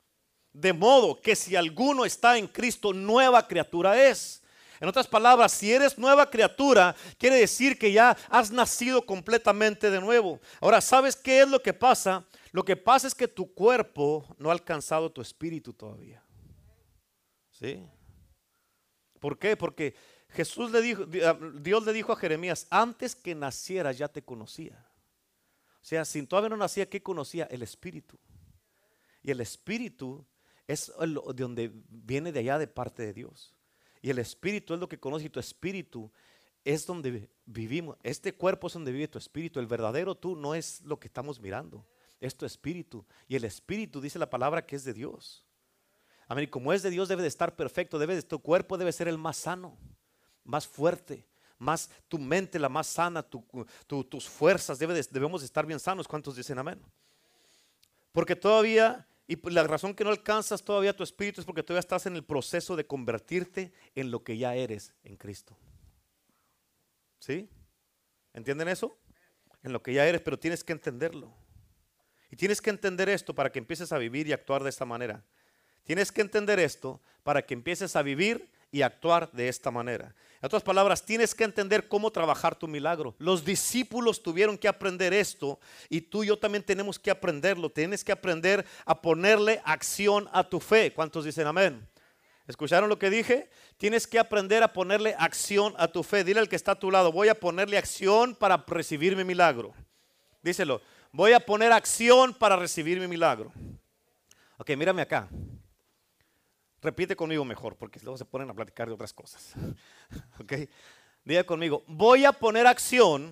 nueva criatura es. En otras palabras, si eres nueva criatura, quiere decir que ya has nacido completamente de nuevo. Ahora, ¿sabes qué es lo que pasa? Lo que pasa es que tu cuerpo no ha alcanzado tu espíritu todavía. ¿Sí? ¿Por qué? Porque Dios le dijo a Jeremías, antes que nacieras ya te conocía. O sea, si todavía no nacía, ¿qué conocía? El espíritu. Y el espíritu es de donde viene de allá de parte de Dios. Y el espíritu es lo que conoce, y tu espíritu es donde vivimos. Este cuerpo es donde vive tu espíritu. El verdadero tú no es lo que estamos mirando, es tu espíritu. Y el espíritu dice la palabra que es de Dios. Amén. Y como es de Dios, debe de estar perfecto. Tu cuerpo debe ser el más sano, más fuerte, más tu mente la más sana, tus fuerzas debemos estar bien sanos. ¿Cuántos dicen amén? Porque todavía, y la razón que no alcanzas todavía tu espíritu es porque todavía estás en el proceso de convertirte en lo que ya eres en Cristo. ¿Sí? ¿Entienden eso? En lo que ya eres, pero tienes que entenderlo. Y tienes que entender esto para que empieces a vivir y actuar de esta manera. Tienes que entender esto para que empieces a vivir y actuar de esta manera. En otras palabras, tienes que entender cómo trabajar tu milagro. Los discípulos tuvieron que aprender esto y tú y yo también tenemos que aprenderlo. Tienes que aprender a ponerle acción a tu fe. ¿Cuántos dicen amén? ¿Escucharon lo que dije? Tienes que aprender a ponerle acción a tu fe. Dile al que está a tu lado, voy a ponerle acción para recibir mi milagro. Díselo, voy a poner acción para recibir mi milagro. Ok, mírame acá. Repite conmigo mejor, porque luego se ponen a platicar de otras cosas. Ok, diga conmigo, voy a poner acción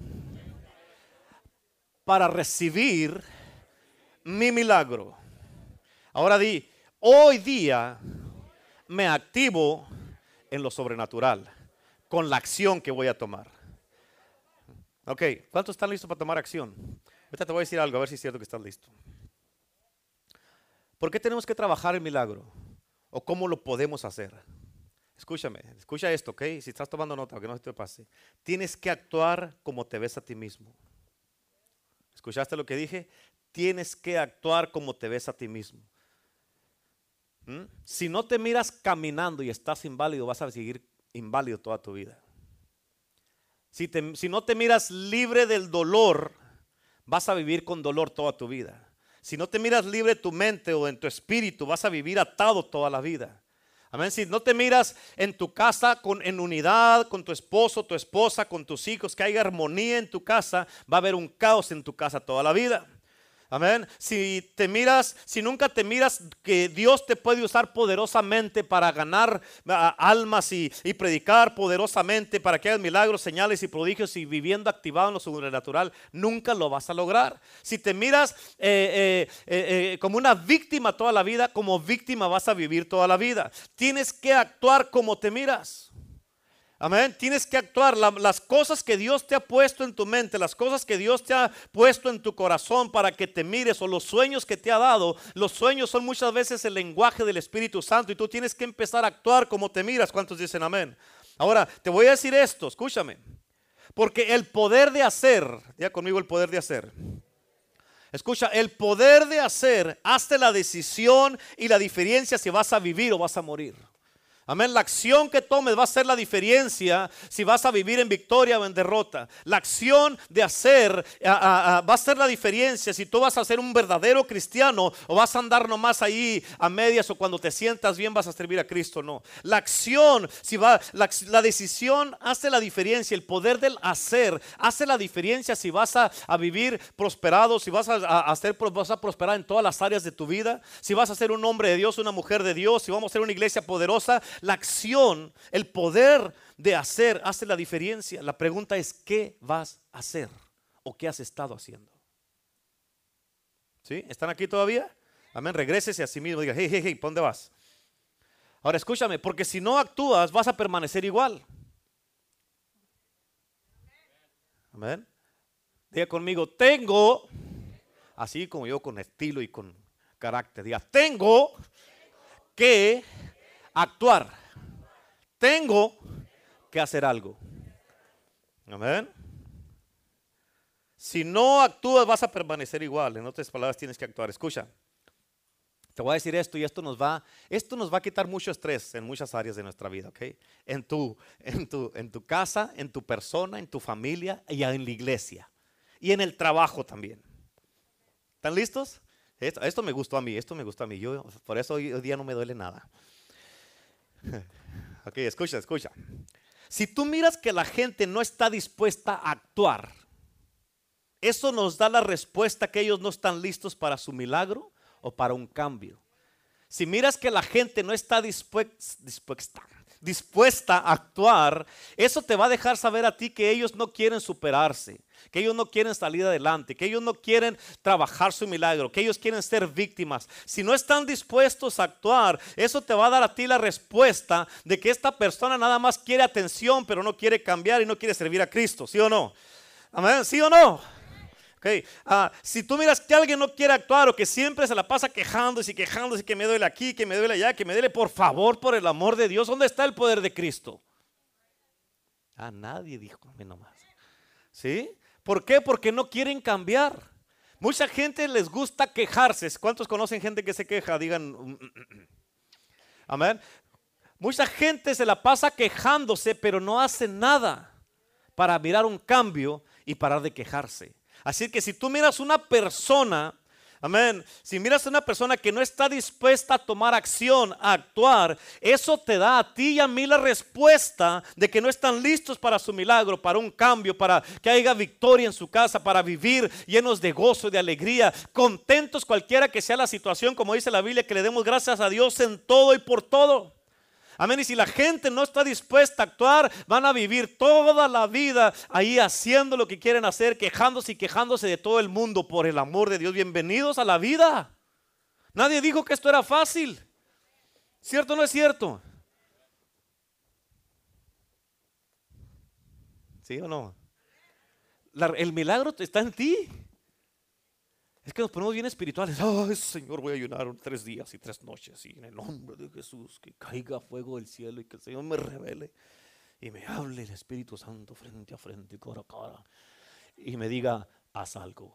para recibir mi milagro. Ahora di, hoy día me activo en lo sobrenatural con la acción que voy a tomar. Ok, ¿cuántos están listos para tomar acción? Ahorita te voy a decir algo, a ver si es cierto que estás listo. ¿Por qué tenemos que trabajar el milagro? ¿O cómo lo podemos hacer? Escúchame, escucha esto, ok. Si estás tomando nota, que no se te pase. Tienes que actuar como te ves a ti mismo. ¿Escuchaste lo que dije? Tienes que actuar como te ves a ti mismo. Si no te miras caminando y estás inválido, vas a seguir inválido toda tu vida. Si no te miras libre del dolor, vas a vivir con dolor toda tu vida. Si no te miras libre de tu mente o en tu espíritu, vas a vivir atado toda la vida. Amén. Si no te miras en tu casa en unidad con tu esposo, tu esposa, con tus hijos, que haya armonía en tu casa, va a haber un caos en tu casa toda la vida. Amén. Si nunca te miras que Dios te puede usar poderosamente para ganar almas y predicar poderosamente para que hagas milagros, señales y prodigios y viviendo activado en lo sobrenatural, nunca lo vas a lograr. Si te miras como una víctima toda la vida, como víctima vas a vivir toda la vida. Tienes que actuar como te miras. Amén, tienes que actuar. Las cosas que Dios te ha puesto en tu mente, las cosas que Dios te ha puesto en tu corazón para que te mires, o los sueños que te ha dado. Los sueños son muchas veces el lenguaje del Espíritu Santo y tú tienes que empezar a actuar como te miras. ¿Cuántos dicen amén? Ahora, te voy a decir esto, escúchame. Porque el poder de hacer, ya conmigo el poder de hacer. Escucha, el poder de hacer hace la decisión y la diferencia si vas a vivir o vas a morir. Amén, la acción que tomes va a ser la diferencia si vas a vivir en victoria o en derrota. La acción de hacer va a ser la diferencia si tú vas a ser un verdadero cristiano o vas a andar nomás ahí a medias, o cuando te sientas bien vas a servir a Cristo. No, la acción, la decisión hace la diferencia. El poder del hacer hace la diferencia si vas a vivir prosperado, si vas a prosperar en todas las áreas de tu vida, si vas a ser un hombre de Dios, una mujer de Dios, si vamos a ser una iglesia poderosa. La acción, el poder de hacer hace la diferencia. La pregunta es, ¿qué vas a hacer? ¿O qué has estado haciendo? ¿Sí? ¿Están aquí todavía? Amén, regrésese a sí mismo. Diga, hey, ¿para dónde vas? Ahora escúchame, porque si no actúas vas a permanecer igual. Amén. Diga conmigo, tengo, así como yo con estilo y con carácter. Diga, tengo que actuar. Tengo que hacer algo. Amén. Si no actúas vas a permanecer igual. En otras palabras tienes que actuar. Escucha. Te voy a decir esto y esto nos va a quitar mucho estrés en muchas áreas de nuestra vida, ¿ok? En tu casa, en tu persona, en tu familia y en la iglesia. Y en el trabajo también. ¿Están listos? Esto me gustó a mí, Yo, por eso hoy día no me duele nada. Ok, escucha. Si tú miras que la gente no está dispuesta a actuar, eso nos da la respuesta que ellos no están listos para su milagro o para un cambio. Si miras que la gente no está dispuesta a actuar, eso te va a dejar saber a ti que ellos no quieren superarse, que ellos no quieren salir adelante, que ellos no quieren trabajar su milagro, que ellos quieren ser víctimas. Si no están dispuestos a actuar, eso te va a dar a ti la respuesta de que esta persona nada más quiere atención, pero no quiere cambiar y no quiere servir a Cristo. ¿Sí o no? Amén. ¿Sí o no? Okay. Si tú miras que alguien no quiere actuar o que siempre se la pasa quejándose que me duele aquí, que me duele allá, que me duele, por favor, por el amor de Dios, ¿dónde está el poder de Cristo? Nadie dijo, a mí nomás. ¿Sí? ¿Por qué? Porque no quieren cambiar. Mucha gente les gusta quejarse. ¿Cuántos conocen gente que se queja? Digan, amén. Mucha gente se la pasa quejándose, pero no hace nada para mirar un cambio y parar de quejarse. Así que si tú miras una persona, amén, si miras una persona que no está dispuesta a tomar acción, a actuar, eso te da a ti y a mí la respuesta de que no están listos para su milagro, para un cambio, para que haya victoria en su casa, para vivir llenos de gozo, de alegría, contentos cualquiera que sea la situación, como dice la Biblia, que le demos gracias a Dios en todo y por todo. Amén. Y si la gente no está dispuesta a actuar, van a vivir toda la vida ahí haciendo lo que quieren hacer, quejándose y quejándose de todo el mundo. Por el amor de Dios, bienvenidos a la vida. Nadie dijo que esto era fácil. ¿Cierto o no es cierto? ¿Sí o no? El milagro está en ti. Es que nos ponemos bien espirituales. Ay, Señor, voy a ayunar 3 días y 3 noches. Y en el nombre de Jesús, que caiga fuego del cielo y que el Señor me revele y me hable el Espíritu Santo frente a frente, cara a cara. Y me diga, haz algo.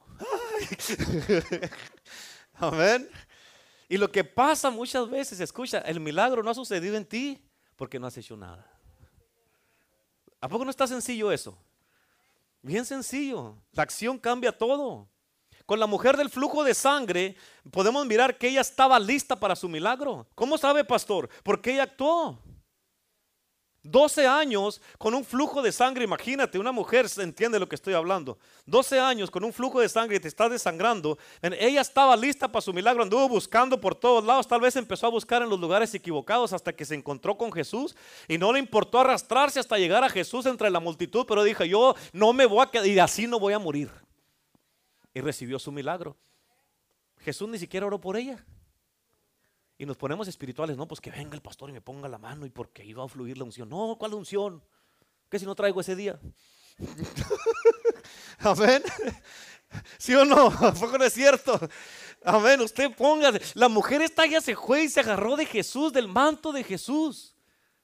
Amén. Y lo que pasa muchas veces, escucha, el milagro no ha sucedido en ti porque no has hecho nada. ¿A poco no está sencillo eso? Bien sencillo. La acción cambia todo. Con la mujer del flujo de sangre podemos mirar que ella estaba lista para su milagro. ¿Cómo sabe, pastor? Porque ella actuó. 12 años con un flujo de sangre. Imagínate, una mujer entiende lo que estoy hablando. 12 años con un flujo de sangre y te estás desangrando. Ella estaba lista para su milagro. Anduvo buscando por todos lados. Tal vez empezó a buscar en los lugares equivocados hasta que se encontró con Jesús. Y no le importó arrastrarse hasta llegar a Jesús entre la multitud. Pero dijo, yo no me voy a quedar y así no voy a morir. Y recibió su milagro. Jesús ni siquiera oró por ella. Y nos ponemos espirituales, no, pues que venga el pastor y me ponga la mano y porque iba a fluir la unción. No, ¿cuál unción? ¿Qué si no traigo ese día? Amén. ¿Sí o no? ¿A poco no es cierto? Amén. Usted póngase. La mujer esta ya se fue y se agarró de Jesús, del manto de Jesús.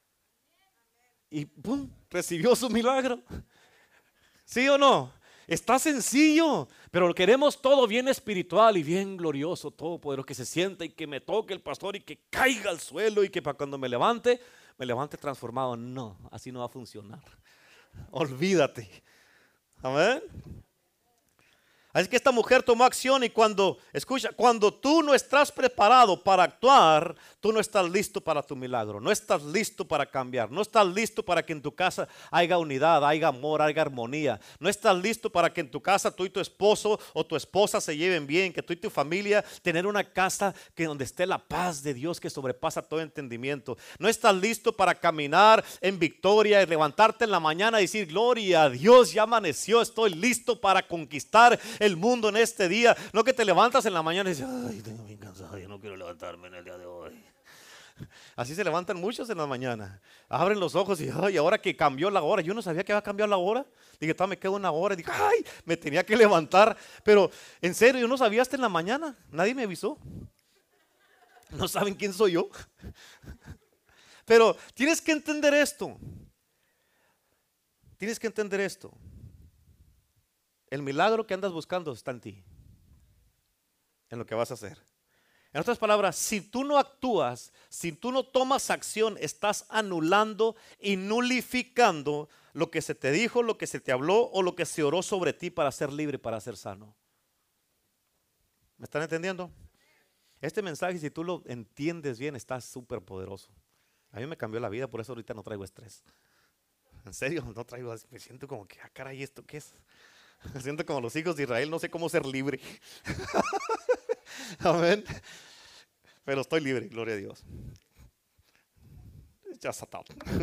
Y ¡pum! Recibió su milagro. ¿Sí o no? Está sencillo, pero queremos todo bien espiritual y bien glorioso, todo poderoso, que se sienta y que me toque el pastor y que caiga al suelo y que para cuando me levante transformado. No, así no va a funcionar. Olvídate. Amén. Así que esta mujer tomó acción y cuando tú no estás preparado para actuar, tú no estás listo para tu milagro, no estás listo para cambiar, no estás listo para que en tu casa haya unidad, haya amor, haya armonía, no estás listo para que en tu casa tú y tu esposo o tu esposa se lleven bien, que tú y tu familia tener una casa que donde esté la paz de Dios que sobrepasa todo entendimiento, no estás listo para caminar en victoria y levantarte en la mañana y decir, gloria a Dios, ya amaneció, estoy listo para conquistar el mundo en este día. No que te levantas en la mañana y dices, ay, tengo bien cansado, yo no quiero levantarme en el día de hoy. Así se levantan muchos en la mañana. Abren los ojos y ay, ahora que cambió la hora. Yo no sabía que iba a cambiar la hora. Dije, todavía me quedo una hora. Dije, ay, me tenía que levantar. Pero en serio, yo no sabía hasta en la mañana. Nadie me avisó. No saben quién soy yo. Pero tienes que entender esto. Tienes que entender esto. El milagro que andas buscando está en ti, en lo que vas a hacer. En otras palabras, si tú no actúas, si tú no tomas acción, estás anulando y nulificando lo que se te dijo, lo que se te habló o lo que se oró sobre ti para ser libre, para ser sano. ¿Me están entendiendo? Este mensaje, si tú lo entiendes bien, está súper poderoso. A mí me cambió la vida, por eso ahorita no traigo estrés. En serio, no traigo, me siento como que, caray, ¿esto qué es? Me siento como los hijos de Israel, no sé cómo ser libre. Amén. Pero estoy libre, gloria a Dios. Ya está.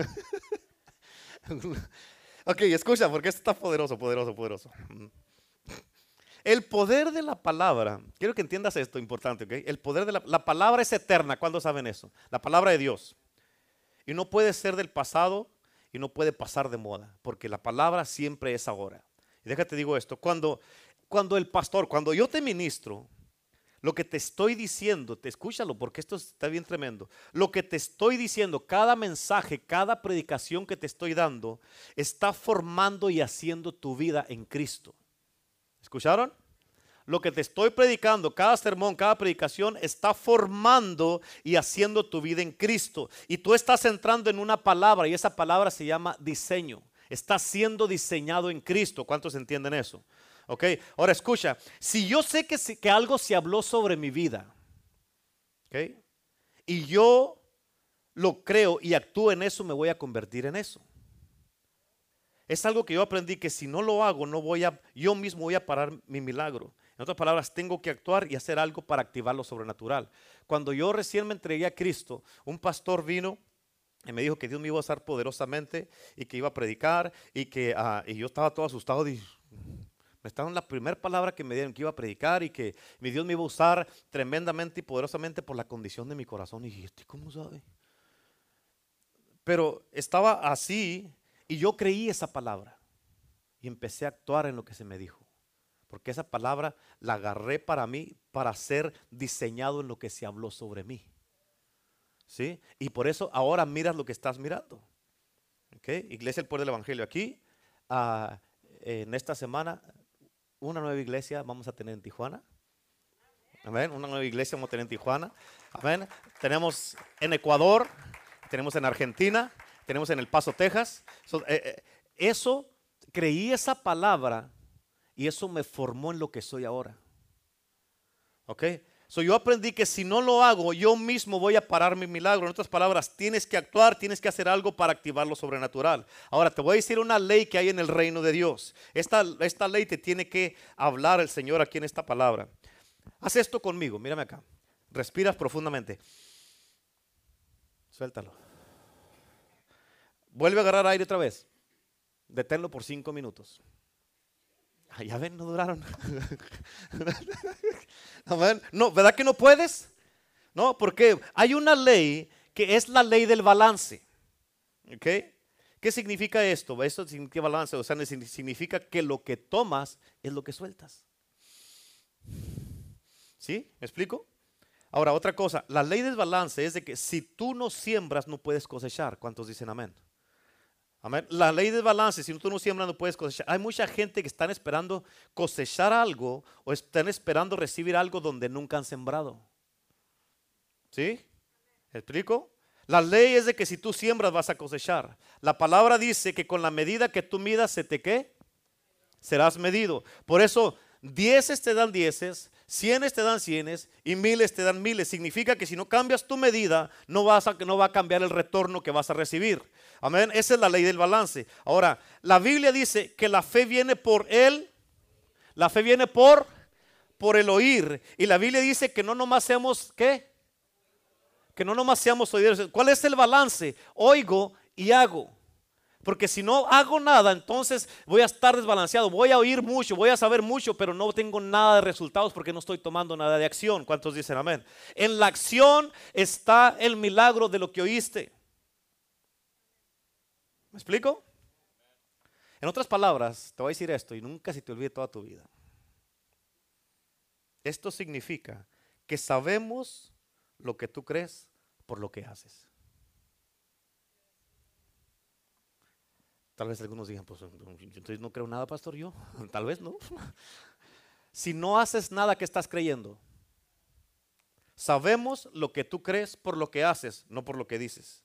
Ok, escucha, porque esto está poderoso, poderoso, poderoso. El poder de la palabra, quiero que entiendas esto, importante, ¿ok? El poder de la palabra es eterna. ¿Cuándo saben eso? La palabra de Dios. Y no puede ser del pasado y no puede pasar de moda, porque la palabra siempre es ahora. Y déjate digo esto, cuando el pastor, cuando yo te ministro, lo que te estoy diciendo, te escúchalo porque esto está bien tremendo. Lo que te estoy diciendo, cada mensaje, cada predicación que te estoy dando, está formando y haciendo tu vida en Cristo. ¿Escucharon? Lo que te estoy predicando, cada sermón, cada predicación está formando y haciendo tu vida en Cristo. Y tú estás entrando en una palabra y esa palabra se llama diseño. Está siendo diseñado en Cristo. ¿Cuántos entienden eso? Ok, ahora escucha, si yo sé que algo se habló sobre mi vida, ok, y yo lo creo y actúo en eso, me voy a convertir en eso. Es algo que yo aprendí que si no lo hago, yo mismo voy a parar mi milagro. En otras palabras, tengo que actuar y hacer algo para activar lo sobrenatural. Cuando yo recién me entregué a Cristo, un pastor vino y me dijo que Dios me iba a usar poderosamente y que iba a predicar y yo estaba todo asustado. Me estaba en la primera palabra que me dieron que iba a predicar y que mi Dios me iba a usar tremendamente y poderosamente por la condición de mi corazón. Y dije, ¿cómo sabe? Pero estaba así y yo creí esa palabra y empecé a actuar en lo que se me dijo. Porque esa palabra la agarré para mí, para ser diseñado en lo que se habló sobre mí. ¿Sí? Y por eso ahora miras lo que estás mirando. ¿Okay? Iglesia del Poder del Evangelio. Aquí, en esta semana, una nueva iglesia vamos a tener en Tijuana. Amén. Una nueva iglesia vamos a tener en Tijuana. Amén. Tenemos en Ecuador, tenemos en Argentina, tenemos en El Paso, Texas. Eso, creí esa palabra y eso me formó en lo que soy ahora. ¿Ok? Yo aprendí que si no lo hago, yo mismo voy a parar mi milagro. En otras palabras, tienes que actuar, tienes que hacer algo para activar lo sobrenatural. Ahora, te voy a decir una ley que hay en el reino de Dios. Esta ley te tiene que hablar el Señor aquí en esta palabra. Haz esto conmigo, mírame acá. Respiras profundamente. Suéltalo. Vuelve a agarrar aire otra vez. Deténlo por 5 minutos. Ya ven, no duraron. No, ¿verdad que no puedes? No, porque hay una ley que es la ley del balance. ¿Ok? ¿Qué significa esto? Esto significa balance, o sea, significa que lo que tomas es lo que sueltas. ¿Sí? ¿Me explico? Ahora, otra cosa, la ley del balance es de que si tú no siembras, no puedes cosechar. ¿Cuántos dicen amén? Amén. La ley del balance, si tú no siembras, no puedes cosechar. Hay mucha gente que están esperando cosechar algo o están esperando recibir algo donde nunca han sembrado. ¿Sí? ¿Me explico? La ley es de que si tú siembras vas a cosechar. La palabra dice que con la medida que tú midas, ¿se te qué? Serás medido. Por eso, 10 te dan 10, 100 te dan 100 y 1000 te dan 1000. Significa que si no cambias tu medida, no va a cambiar el retorno que vas a recibir. Amén. Esa es la ley del balance. Ahora, la Biblia dice que la fe viene por la fe viene por el oír. Y la Biblia dice que no nomás seamos, ¿qué? Que no nomás seamos oidores. ¿Cuál es el balance? Oigo y hago. Porque si no hago nada, entonces voy a estar desbalanceado, voy a oír mucho, voy a saber mucho, pero no tengo nada de resultados porque no estoy tomando nada de acción. ¿Cuántos dicen amén? En la acción está el milagro de lo que oíste. ¿Me explico? En otras palabras, te voy a decir esto y nunca se te olvide toda tu vida. Esto significa que sabemos lo que tú crees por lo que haces. Tal vez algunos digan, pues entonces no creo nada, pastor, yo. Tal vez no. Si no haces nada, ¿qué estás creyendo? Sabemos lo que tú crees por lo que haces, no por lo que dices.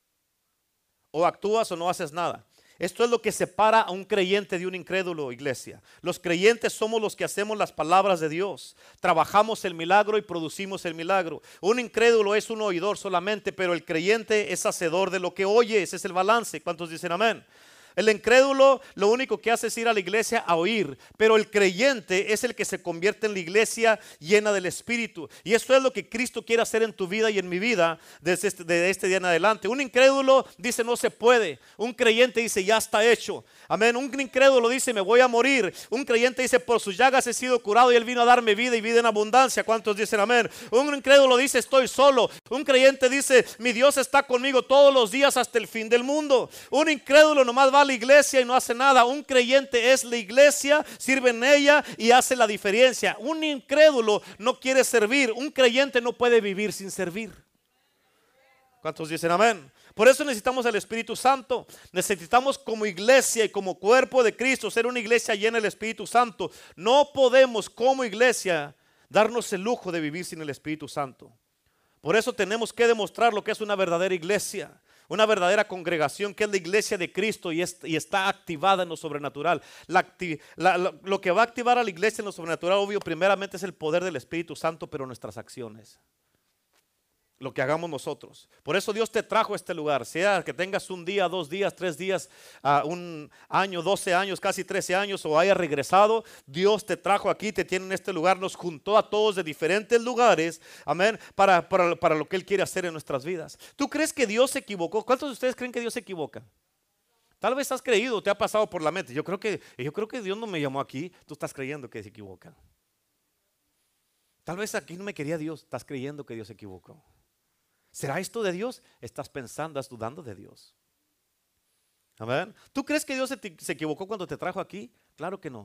O actúas o no haces nada. Esto es lo que separa a un creyente de un incrédulo, iglesia. Los creyentes somos los que hacemos las palabras de Dios. Trabajamos el milagro y producimos el milagro. Un incrédulo es un oidor solamente, pero el creyente es hacedor de lo que oye. Ese es el balance. ¿Cuántos dicen amén? El incrédulo lo único que hace es ir a la iglesia a oír, pero el creyente es el que se convierte en la iglesia llena del Espíritu. Y eso es lo que Cristo quiere hacer en tu vida y en mi vida desde este día en adelante. Un incrédulo dice no se puede, un creyente dice ya está hecho. Amén. Un incrédulo dice me voy a morir. Un creyente dice por sus llagas he sido curado y Él vino a darme vida y vida en abundancia. ¿Cuántos dicen amén? Un incrédulo dice estoy solo. Un creyente dice mi Dios está conmigo todos los días hasta el fin del mundo. Un incrédulo nomás va a la iglesia y no hace nada. Un creyente es la iglesia, sirve en ella y hace la diferencia. Un incrédulo no quiere servir. Un creyente no puede vivir sin servir. ¿Cuántos dicen amén? Por eso necesitamos el Espíritu Santo. Necesitamos como iglesia y como cuerpo de Cristo ser una iglesia llena del Espíritu Santo. No podemos como iglesia darnos el lujo de vivir sin el Espíritu Santo. Por eso tenemos que demostrar lo que es una verdadera iglesia, una verdadera congregación, que es la iglesia de Cristo y está activada en lo sobrenatural. Lo que va a activar a la iglesia en lo sobrenatural, obvio, primeramente es el poder del Espíritu Santo, pero nuestras acciones, lo que hagamos nosotros. Por eso Dios te trajo a este lugar, sea que tengas un día, 2 días, 3 días, un año, 12 años, casi 13 años o hayas regresado. Dios te trajo aquí, te tiene en este lugar, nos juntó a todos de diferentes lugares, amén, para lo que Él quiere hacer en nuestras vidas. ¿Tú crees que Dios se equivocó? ¿Cuántos de ustedes creen que Dios se equivoca? Tal vez has creído, te ha pasado por la mente. Yo creo que Dios no me llamó aquí, tú estás creyendo que se equivoca. Tal vez aquí no me quería Dios, estás creyendo que Dios se equivocó. ¿Será esto de Dios? Estás pensando, estás dudando de Dios. Amén. ¿Tú crees que Dios se equivocó cuando te trajo aquí? Claro que no.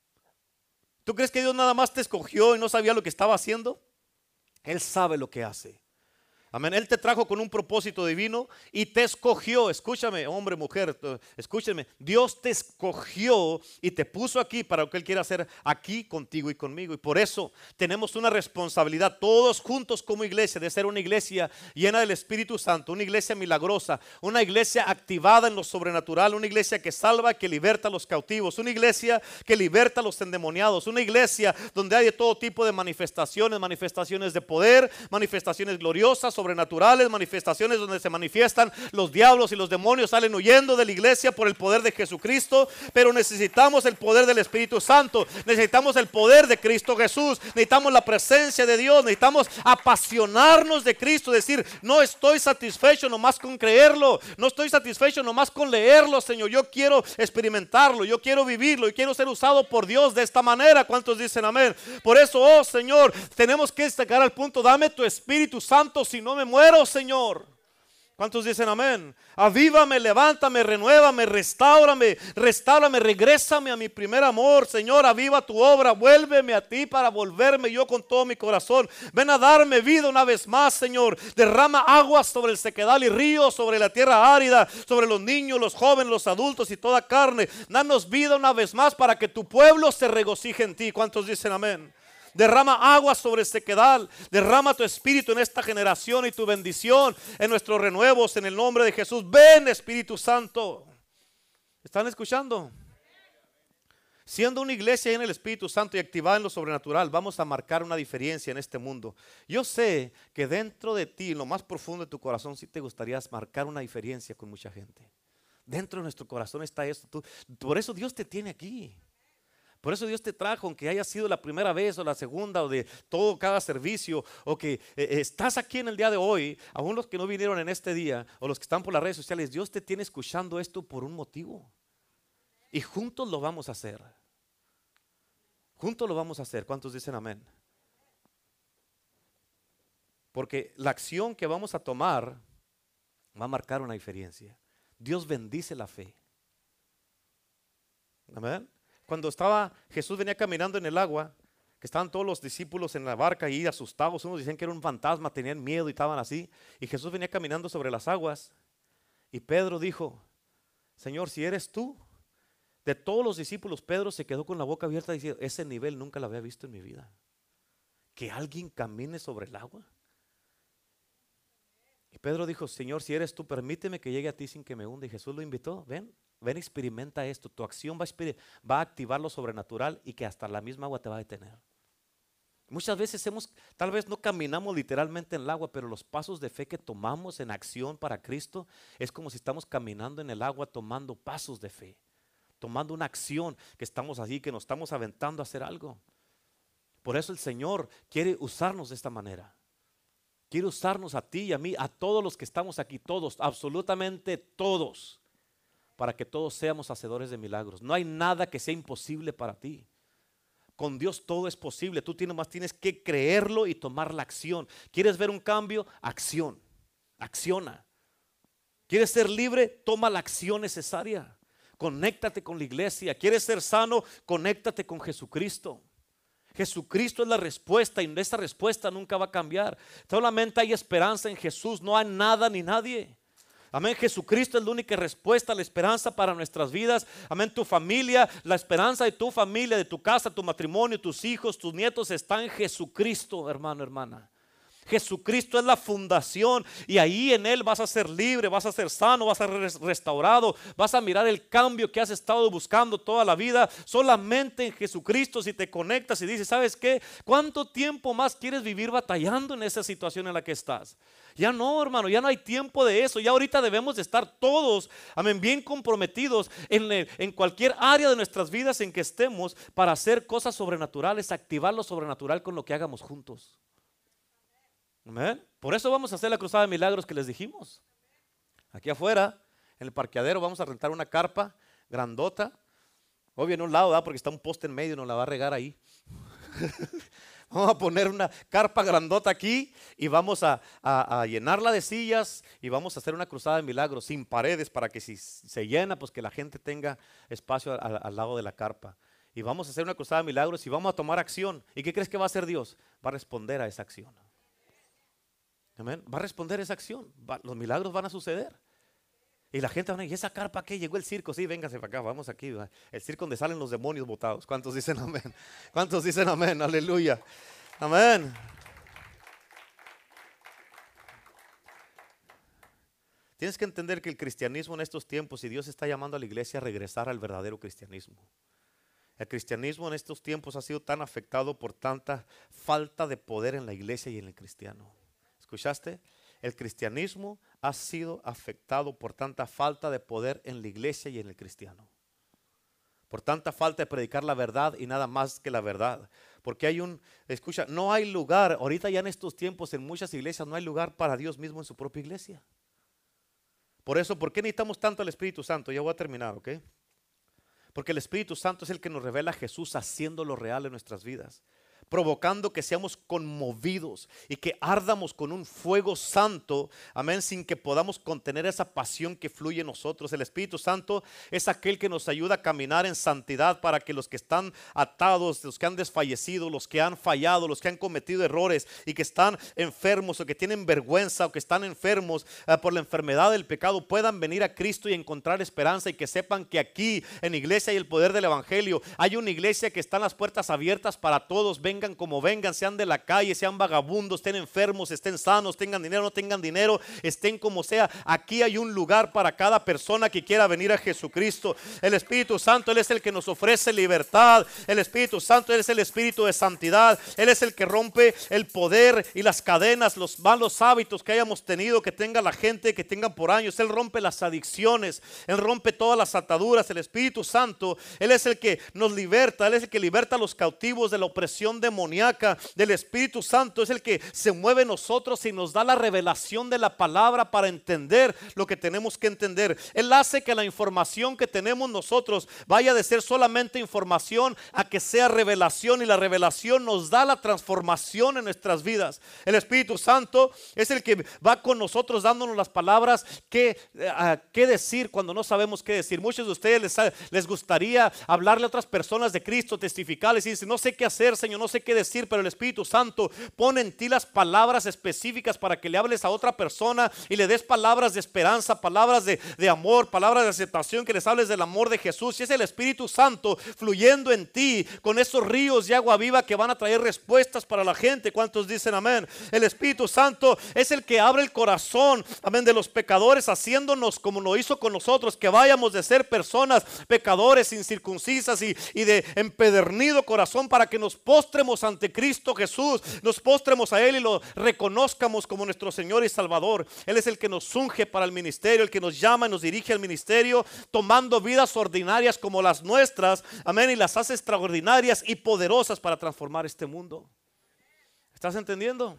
¿Tú crees que Dios nada más te escogió y no sabía lo que estaba haciendo? Él sabe lo que hace. Amén. Él te trajo con un propósito divino y te escogió. Escúchame, hombre, mujer, escúchame. Dios te escogió y te puso aquí para lo que Él quiere hacer aquí contigo y conmigo. Y por eso tenemos una responsabilidad todos juntos como iglesia de ser una iglesia llena del Espíritu Santo, una iglesia milagrosa, una iglesia activada en lo sobrenatural, una iglesia que salva, que liberta a los cautivos, una iglesia que liberta a los endemoniados, una iglesia donde hay de todo tipo de manifestaciones de poder, manifestaciones gloriosas, sobrenaturales, manifestaciones donde se manifiestan los diablos y los demonios salen huyendo de la iglesia por el poder de Jesucristo. Pero necesitamos el poder del Espíritu Santo, necesitamos el poder de Cristo Jesús, necesitamos la presencia de Dios, necesitamos apasionarnos de Cristo, decir no estoy satisfecho nomás con creerlo, no estoy satisfecho nomás con leerlo, Señor, yo quiero experimentarlo, yo quiero vivirlo y quiero ser usado por Dios de esta manera. ¿Cuántos dicen amén? Por eso, oh Señor, tenemos que llegar al punto, dame tu Espíritu Santo, si no me muero, Señor. ¿Cuántos dicen amén? Avívame, levántame, renuévame, restáurame, regrésame a mi primer amor, Señor. Aviva tu obra, vuélveme a ti para volverme yo con todo mi corazón. Ven a darme vida una vez más, Señor. Derrama aguas sobre el sequedal y ríos, sobre la tierra árida, sobre los niños, los jóvenes, los adultos y toda carne. Danos vida una vez más para que tu pueblo se regocije en ti. ¿Cuántos dicen amén? Derrama agua sobre sequedal, derrama tu espíritu en esta generación y tu bendición en nuestros renuevos en el nombre de Jesús. Ven, Espíritu Santo. ¿Están escuchando? Siendo una iglesia en el Espíritu Santo y activada en lo sobrenatural, vamos a marcar una diferencia en este mundo. Yo sé que dentro de ti, en lo más profundo de tu corazón, sí te gustaría marcar una diferencia con mucha gente. Dentro de nuestro corazón está esto. Por eso Dios te tiene aquí. Por eso Dios te trajo, aunque haya sido la primera vez o la segunda o de todo cada servicio, o que estás aquí en el día de hoy, aún los que no vinieron en este día o los que están por las redes sociales, Dios te tiene escuchando esto por un motivo. Y juntos lo vamos a hacer. Juntos lo vamos a hacer. ¿Cuántos dicen amén? Porque la acción que vamos a tomar va a marcar una diferencia. Dios bendice la fe. Amén. Cuando Jesús venía caminando en el agua, que estaban todos los discípulos en la barca y asustados, unos decían que era un fantasma, tenían miedo y estaban así, y Jesús venía caminando sobre las aguas, y Pedro dijo: Señor, si eres tú. De todos los discípulos, Pedro se quedó con la boca abierta diciendo: ese nivel nunca lo había visto en mi vida, que alguien camine sobre el agua. Y Pedro dijo: Señor, si eres tú, permíteme que llegue a ti sin que me hunda. Y Jesús lo invitó: ven, experimenta esto. Tu acción va a activar lo sobrenatural, y que hasta la misma agua te va a detener. Muchas veces tal vez no caminamos literalmente en el agua, pero los pasos de fe que tomamos en acción para Cristo es como si estamos caminando en el agua, tomando pasos de fe, tomando una acción, que estamos allí, que nos estamos aventando a hacer algo. Por eso el Señor quiere usarnos de esta manera. Quiere usarnos a ti y a mí, a todos los que estamos aquí, todos, absolutamente todos, para que todos seamos hacedores de milagros. No hay nada que sea imposible para ti. Con Dios todo es posible. Tú tienes que creerlo y tomar la acción. ¿Quieres ver un cambio? Acción. Acciona. ¿Quieres ser libre? Toma la acción necesaria. Conéctate con la iglesia. ¿Quieres ser sano? Conéctate con Jesucristo. Jesucristo es la respuesta, y esa respuesta nunca va a cambiar. Solamente hay esperanza en Jesús, no hay nada ni nadie. Amén. Jesucristo es la única respuesta, la esperanza para nuestras vidas. Amén. Tu familia, la esperanza de tu familia, de tu casa, tu matrimonio, tus hijos, tus nietos está en Jesucristo, hermano, hermana. Jesucristo es la fundación, y ahí en Él vas a ser libre, vas a ser sano, vas a ser restaurado, vas a mirar el cambio que has estado buscando toda la vida. Solamente en Jesucristo, si te conectas y dices: ¿sabes qué? ¿Cuánto tiempo más quieres vivir batallando en esa situación en la que estás? Ya no, hermano, ya no hay tiempo de eso. Ya ahorita debemos de estar todos, amén, bien comprometidos en cualquier área de nuestras vidas en que estemos, para hacer cosas sobrenaturales, activar lo sobrenatural con lo que hagamos juntos. Amén. Por eso vamos a hacer la cruzada de milagros que les dijimos. Aquí afuera, en el parqueadero, vamos a rentar una carpa grandota. Obvio en un lado, ¿verdad? Porque está un poste en medio, nos la va a regar ahí. Vamos a poner una carpa grandota aquí, y vamos a llenarla de sillas, y vamos a hacer una cruzada de milagros sin paredes, para que si se llena, pues que la gente tenga espacio al lado de la carpa. Y vamos a hacer una cruzada de milagros y vamos a tomar acción. ¿Y qué crees que va a hacer Dios? Va a responder a esa acción. Amén. Va a responder esa acción. Los milagros van a suceder. Y la gente va a decir: ¿y esa carpa qué? Llegó el circo. Sí, véngase para acá, vamos aquí. El circo donde salen los demonios botados. ¿Cuántos dicen amén? ¿Cuántos dicen amén? Aleluya. Amén. Tienes que entender que el cristianismo en estos tiempos, y Dios está llamando a la iglesia a regresar al verdadero cristianismo. El cristianismo en estos tiempos ha sido tan afectado por tanta falta de poder en la iglesia y en el cristiano. ¿Escuchaste? El cristianismo ha sido afectado por tanta falta de poder en la iglesia y en el cristiano. Por tanta falta de predicar la verdad y nada más que la verdad. Porque no hay lugar, ahorita ya en estos tiempos en muchas iglesias no hay lugar para Dios mismo en su propia iglesia. Por eso, ¿por qué necesitamos tanto al Espíritu Santo? Ya voy a terminar, ¿ok? Porque el Espíritu Santo es el que nos revela a Jesús haciéndolo real en nuestras vidas, provocando que seamos conmovidos y que ardamos con un fuego santo, amén, sin que podamos contener esa pasión que fluye en nosotros. El Espíritu Santo es aquel que nos ayuda a caminar en santidad, para que los que están atados, los que han desfallecido, los que han fallado, los que han cometido errores y que están enfermos o que tienen vergüenza o que están enfermos por la enfermedad del pecado, puedan venir a Cristo y encontrar esperanza, y que sepan que aquí en Iglesia y el Poder del Evangelio hay una iglesia que están las puertas abiertas para todos. Vengan vengan como vengan, sean de la calle, sean vagabundos, estén enfermos, estén sanos, tengan dinero, no tengan dinero, estén como sea. Aquí hay un lugar para cada persona que quiera venir a Jesucristo. El Espíritu Santo, Él es el que nos ofrece libertad. El Espíritu Santo, Él es el Espíritu de santidad. Él es el que rompe el poder y las cadenas, los malos hábitos que hayamos tenido, que tenga la gente, que tengan por años. Él rompe las adicciones, Él rompe todas las ataduras. El Espíritu Santo, Él es el que nos liberta, Él es el que liberta a los cautivos de la opresión demoníaca. Del Espíritu Santo es el que se mueve en nosotros y nos da la revelación de la palabra para entender lo que tenemos que entender. Él hace que la información que tenemos nosotros vaya de ser solamente información a que sea revelación, y la revelación nos da la transformación en nuestras vidas. El Espíritu Santo es el que va con nosotros dándonos las palabras que decir cuando no sabemos qué decir. Muchos de ustedes les gustaría hablarle a otras personas de Cristo, testificarles, y dicen: no sé qué hacer, Señor, no sé qué decir, pero el Espíritu Santo pone en ti las palabras específicas para que le hables a otra persona y le des palabras de esperanza, palabras de amor, palabras de aceptación, que les hables del amor de Jesús. Y es el Espíritu Santo fluyendo en ti con esos ríos de agua viva que van a traer respuestas para la gente. ¿Cuántos dicen amén? El Espíritu Santo es el que abre el corazón, amén, de los pecadores, haciéndonos como lo hizo con nosotros, que vayamos de ser personas pecadores, incircuncisas y de empedernido corazón, para que nos postremos ante Cristo Jesús, nos postremos a Él y lo reconozcamos como nuestro Señor y Salvador. Él es el que nos unge para el ministerio, el que nos llama y nos dirige al ministerio, tomando vidas ordinarias como las nuestras, amén, y las hace extraordinarias y poderosas para transformar este mundo. ¿Estás entendiendo?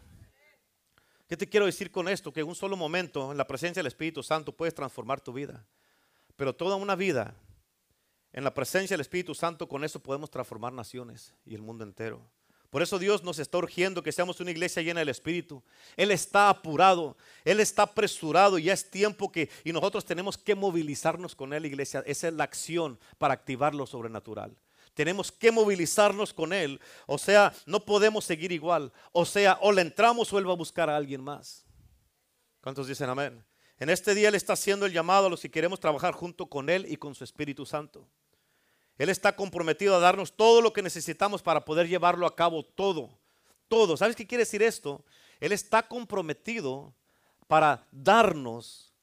¿Qué te quiero decir con esto? Que en un solo momento, en la presencia del Espíritu Santo, puedes transformar tu vida. Pero toda una vida en la presencia del Espíritu Santo, con eso podemos transformar naciones y el mundo entero. Por eso Dios nos está urgiendo que seamos una iglesia llena del Espíritu. Él está apurado, Él está apresurado, y ya es tiempo y nosotros tenemos que movilizarnos con Él, iglesia. Esa es la acción para activar lo sobrenatural. Tenemos que movilizarnos con Él. O sea, no podemos seguir igual. O sea, o le entramos o Él va a buscar a alguien más. ¿Cuántos dicen amén? En este día Él está haciendo el llamado a los que queremos trabajar junto con Él y con su Espíritu Santo. Él está comprometido a darnos todo lo que necesitamos para poder llevarlo a cabo, todo. ¿Sabes qué quiere decir esto? Él está comprometido para darnos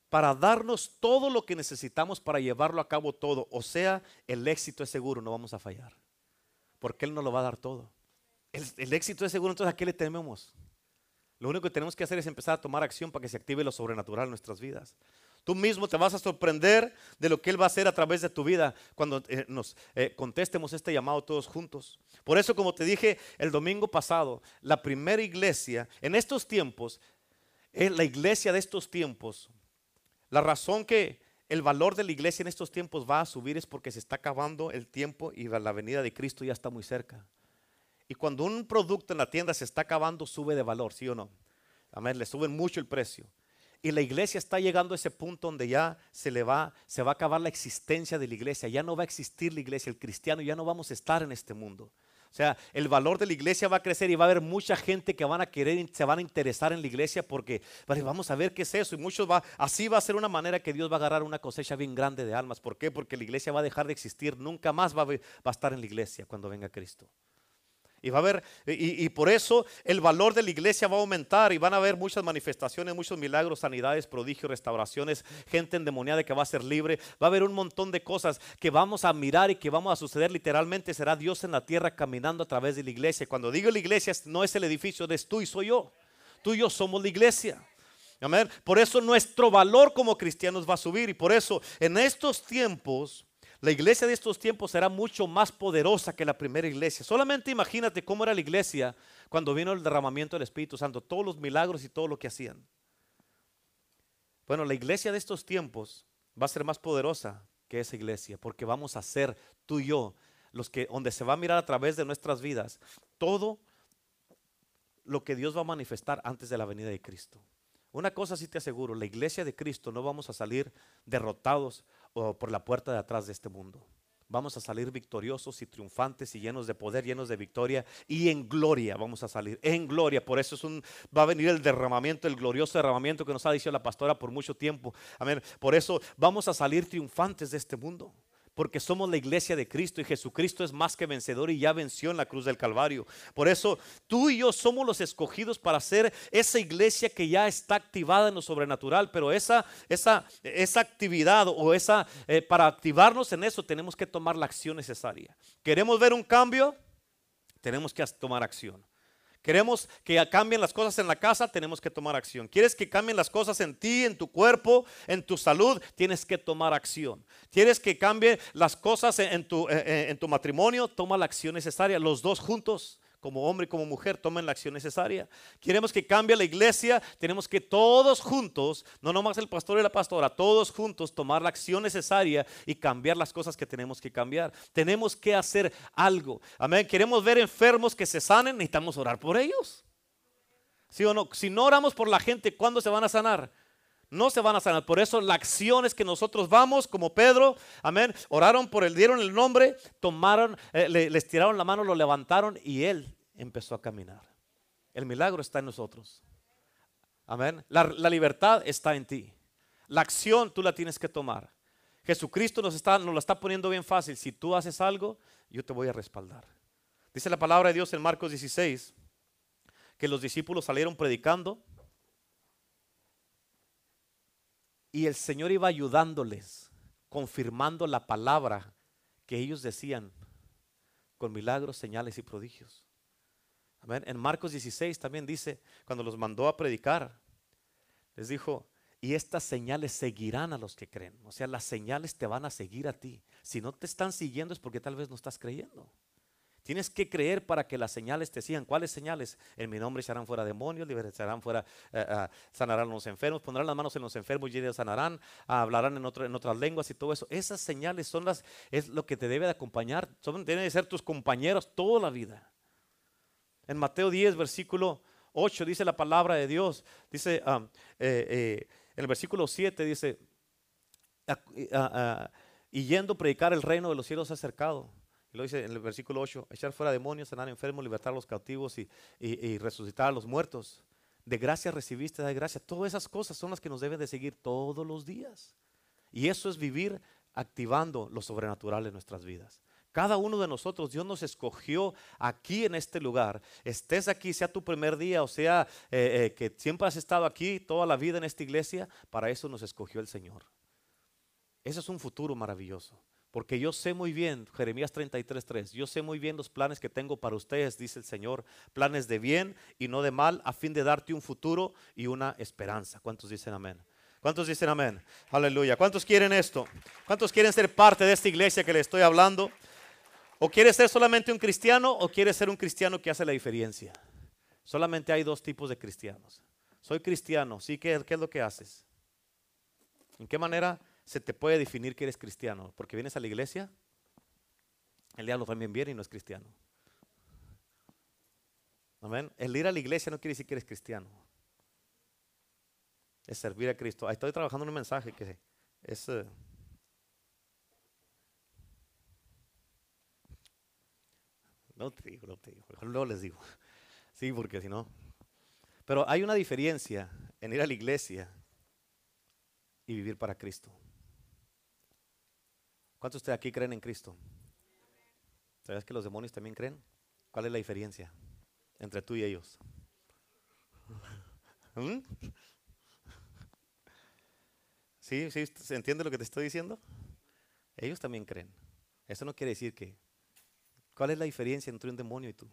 todo lo que necesitamos para llevarlo a cabo todo. O sea, el éxito es seguro, no vamos a fallar, porque Él nos lo va a dar todo. El éxito es seguro. Entonces, ¿a qué le tememos? Lo único que tenemos que hacer es empezar a tomar acción para que se active lo sobrenatural en nuestras vidas. Tú mismo te vas a sorprender de lo que Él va a hacer a través de tu vida cuando nos contestemos este llamado todos juntos. Por eso, como te dije el domingo pasado, la primera iglesia en estos tiempos, la iglesia de estos tiempos, la razón que el valor de la iglesia en estos tiempos va a subir es porque se está acabando el tiempo y la venida de Cristo ya está muy cerca. Y cuando un producto en la tienda se está acabando, sube de valor, ¿sí o no? Amén, le suben mucho el precio. Y la iglesia está llegando a ese punto donde ya se va a acabar la existencia de la iglesia. Ya no va a existir la iglesia, el cristiano, ya no vamos a estar en este mundo. O sea, el valor de la iglesia va a crecer y va a haber mucha gente que van a querer, se van a interesar en la iglesia porque vamos a ver qué es eso. Y así va a ser una manera que Dios va a agarrar una cosecha bien grande de almas. ¿Por qué? Porque la iglesia va a dejar de existir. Nunca más va a estar en la iglesia cuando venga Cristo. Y va a haber, y por eso el valor de la iglesia va a aumentar, y van a haber muchas manifestaciones, muchos milagros, sanidades, prodigios, restauraciones, gente endemoniada que va a ser libre. Va a haber un montón de cosas que vamos a mirar y que vamos a suceder. Literalmente será Dios en la tierra caminando a través de la iglesia. Cuando digo la iglesia, no es el edificio, eres tú y soy yo. Tú y yo somos la iglesia. Amén. Por eso nuestro valor como cristianos va a subir, y por eso en estos tiempos la iglesia de estos tiempos será mucho más poderosa que la primera iglesia. Solamente imagínate cómo era la iglesia cuando vino el derramamiento del Espíritu Santo, todos los milagros y todo lo que hacían. Bueno, la iglesia de estos tiempos va a ser más poderosa que esa iglesia, porque vamos a ser tú y yo donde se va a mirar a través de nuestras vidas todo lo que Dios va a manifestar antes de la venida de Cristo. Una cosa sí te aseguro, la iglesia de Cristo no vamos a salir derrotados o por la puerta de atrás de este mundo. Vamos a salir victoriosos y triunfantes y llenos de poder, llenos de victoria, y en gloria vamos a salir, en gloria. Por eso va a venir el derramamiento, el glorioso derramamiento que nos ha dicho la pastora por mucho tiempo. Amén. Por eso vamos a salir triunfantes de este mundo. porque somos la iglesia de Cristo y Jesucristo es más que vencedor y ya venció en la cruz del Calvario. Por eso tú y yo somos los escogidos para ser esa iglesia que ya está activada en lo sobrenatural, pero esa actividad o para activarnos en eso tenemos que tomar la acción necesaria. ¿Queremos ver un cambio? Tenemos que tomar acción. Queremos que cambien las cosas en la casa, tenemos que tomar acción. ¿Quieres que cambien las cosas en ti, en tu cuerpo, en tu salud? Tienes que tomar acción. ¿Quieres que cambien las cosas en tu matrimonio? Toma la acción necesaria. Los dos juntos, como hombre y como mujer, tomen la acción necesaria. Queremos que cambie la iglesia, tenemos que todos juntos, no nomás el pastor y la pastora, todos juntos tomar la acción necesaria y cambiar las cosas que tenemos que cambiar. Tenemos que hacer algo. Amén. Queremos ver enfermos que se sanen, necesitamos orar por ellos. ¿Sí o no? Si no oramos por la gente, ¿cuándo se van a sanar? No se van a sanar. Por eso la acción es que nosotros vamos como Pedro, amén, oraron por él, dieron el nombre, tomaron, les tiraron la mano, lo levantaron y él empezó a caminar. El milagro está en nosotros. Amén. La libertad está en ti. La acción tú la tienes que tomar. Jesucristo nos lo está poniendo bien fácil. Si tú haces algo, yo te voy a respaldar. Dice la palabra de Dios en Marcos 16 que los discípulos salieron predicando y el Señor iba ayudándoles, confirmando la palabra que ellos decían con milagros, señales y prodigios. Amén. En Marcos 16 también dice, cuando los mandó a predicar, les dijo, y estas señales seguirán a los que creen. O sea, las señales te van a seguir a ti. Si no te están siguiendo es porque tal vez no estás creyendo. Tienes que creer para que las señales te sigan. ¿Cuáles señales? En mi nombre echarán fuera demonios, liberarán fuera, sanarán a los enfermos, pondrán las manos en los enfermos y ellos sanarán, hablarán en otras lenguas y todo eso. Esas señales es lo que te debe de acompañar. Deben de ser tus compañeros toda la vida. En Mateo 10, versículo 8 dice la palabra de Dios. Dice, en el versículo 7 dice, y yendo a predicar el reino de los cielos se ha acercado. Y lo dice en el versículo 8, echar fuera demonios, sanar enfermos, libertar a los cautivos y resucitar a los muertos. De gracia recibiste, de gracia. Todas esas cosas son las que nos deben de seguir todos los días. Y eso es vivir activando lo sobrenatural en nuestras vidas. Cada uno de nosotros, Dios nos escogió aquí en este lugar. Estés aquí, sea tu primer día o sea que siempre has estado aquí toda la vida en esta iglesia, para eso nos escogió el Señor. Ese es un futuro maravilloso. Porque yo sé muy bien, Jeremías 33:3, yo sé muy bien los planes que tengo para ustedes, dice el Señor, planes de bien y no de mal, a fin de darte un futuro y una esperanza. ¿Cuántos dicen amén? ¿Cuántos dicen amén? Aleluya. ¿Cuántos quieren esto? ¿Cuántos quieren ser parte de esta iglesia que le estoy hablando? ¿O quieres ser solamente un cristiano o quieres ser un cristiano que hace la diferencia? Solamente hay dos tipos de cristianos. Soy cristiano, ¿sí? ¿Qué es lo que haces? ¿En qué manera se te puede definir que eres cristiano? Porque vienes a la iglesia, el diablo también viene y no es cristiano. Amén. El ir a la iglesia no quiere decir que eres cristiano. Es servir a Cristo. Ahí estoy trabajando en un mensaje que es no te digo, mejor luego les digo. Sí, porque si no. Pero hay una diferencia en ir a la iglesia y vivir para Cristo. ¿Cuántos de ustedes aquí creen en Cristo? ¿Sabes que los demonios también creen? ¿Cuál es la diferencia entre tú y ellos? ¿Mm? ¿Sí? ¿Se entiende lo que te estoy diciendo? Ellos también creen. Eso no quiere decir que... ¿Cuál es la diferencia entre un demonio y tú?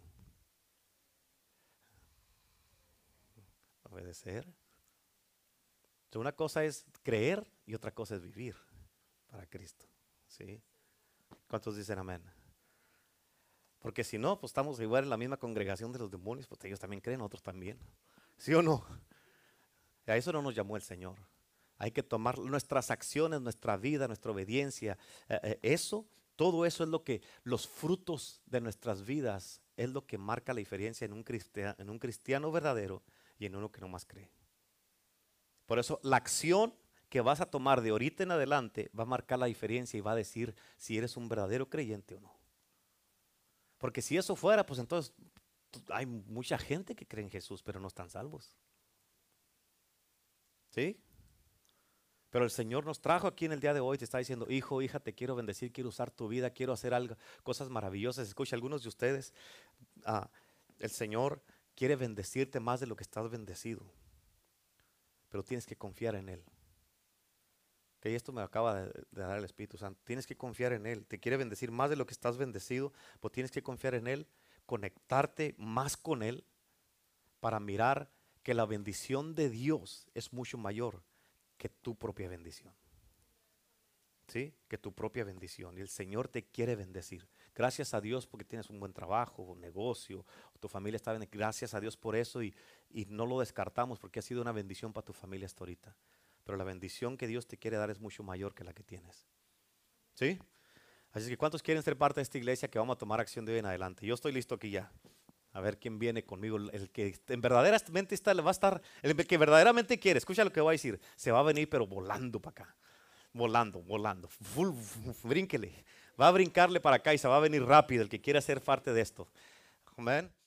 Obedecer. Una cosa es creer y otra cosa es vivir para Cristo. ¿Sí? ¿Cuántos dicen amén? Porque si no, pues estamos igual en la misma congregación de los demonios, pues ellos también creen, otros también. ¿Sí o no? A eso no nos llamó el Señor. Hay que tomar nuestras acciones, nuestra vida, nuestra obediencia. Todo eso es lo que, los frutos de nuestras vidas, es lo que marca la diferencia en un cristiano verdadero y en uno que no más cree. Por eso la acción que vas a tomar de ahorita en adelante va a marcar la diferencia y va a decir si eres un verdadero creyente o no. Porque si eso fuera, pues entonces hay mucha gente que cree en Jesús, pero no están salvos. ¿Sí? Pero el Señor nos trajo aquí en el día de hoy, te está diciendo, hijo, hija, te quiero bendecir, quiero usar tu vida, quiero hacer algo, cosas maravillosas. Escucha, algunos de ustedes, ah, el Señor quiere bendecirte más de lo que estás bendecido, pero tienes que confiar en Él. Que esto me acaba de dar el Espíritu Santo. Tienes que confiar en Él. Te quiere bendecir más de lo que estás bendecido, pero tienes que confiar en Él, conectarte más con Él para mirar que la bendición de Dios es mucho mayor que tu propia bendición. ¿Sí? Que tu propia bendición. Y el Señor te quiere bendecir. Gracias a Dios porque tienes un buen trabajo, un negocio, tu familia está bien. Gracias a Dios por eso y no lo descartamos porque ha sido una bendición para tu familia hasta ahorita. Pero la bendición que Dios te quiere dar es mucho mayor que la que tienes. ¿Sí? Así que ¿cuántos quieren ser parte de esta iglesia que vamos a tomar acción de hoy en adelante? Yo estoy listo aquí ya. A ver quién viene conmigo. El que verdaderamente está, va a estar, el que verdaderamente quiere, escucha lo que voy a decir, se va a venir pero volando para acá. Volando, volando. Brínquele. Va a brincarle para acá y se va a venir rápido el que quiera ser parte de esto. Amén.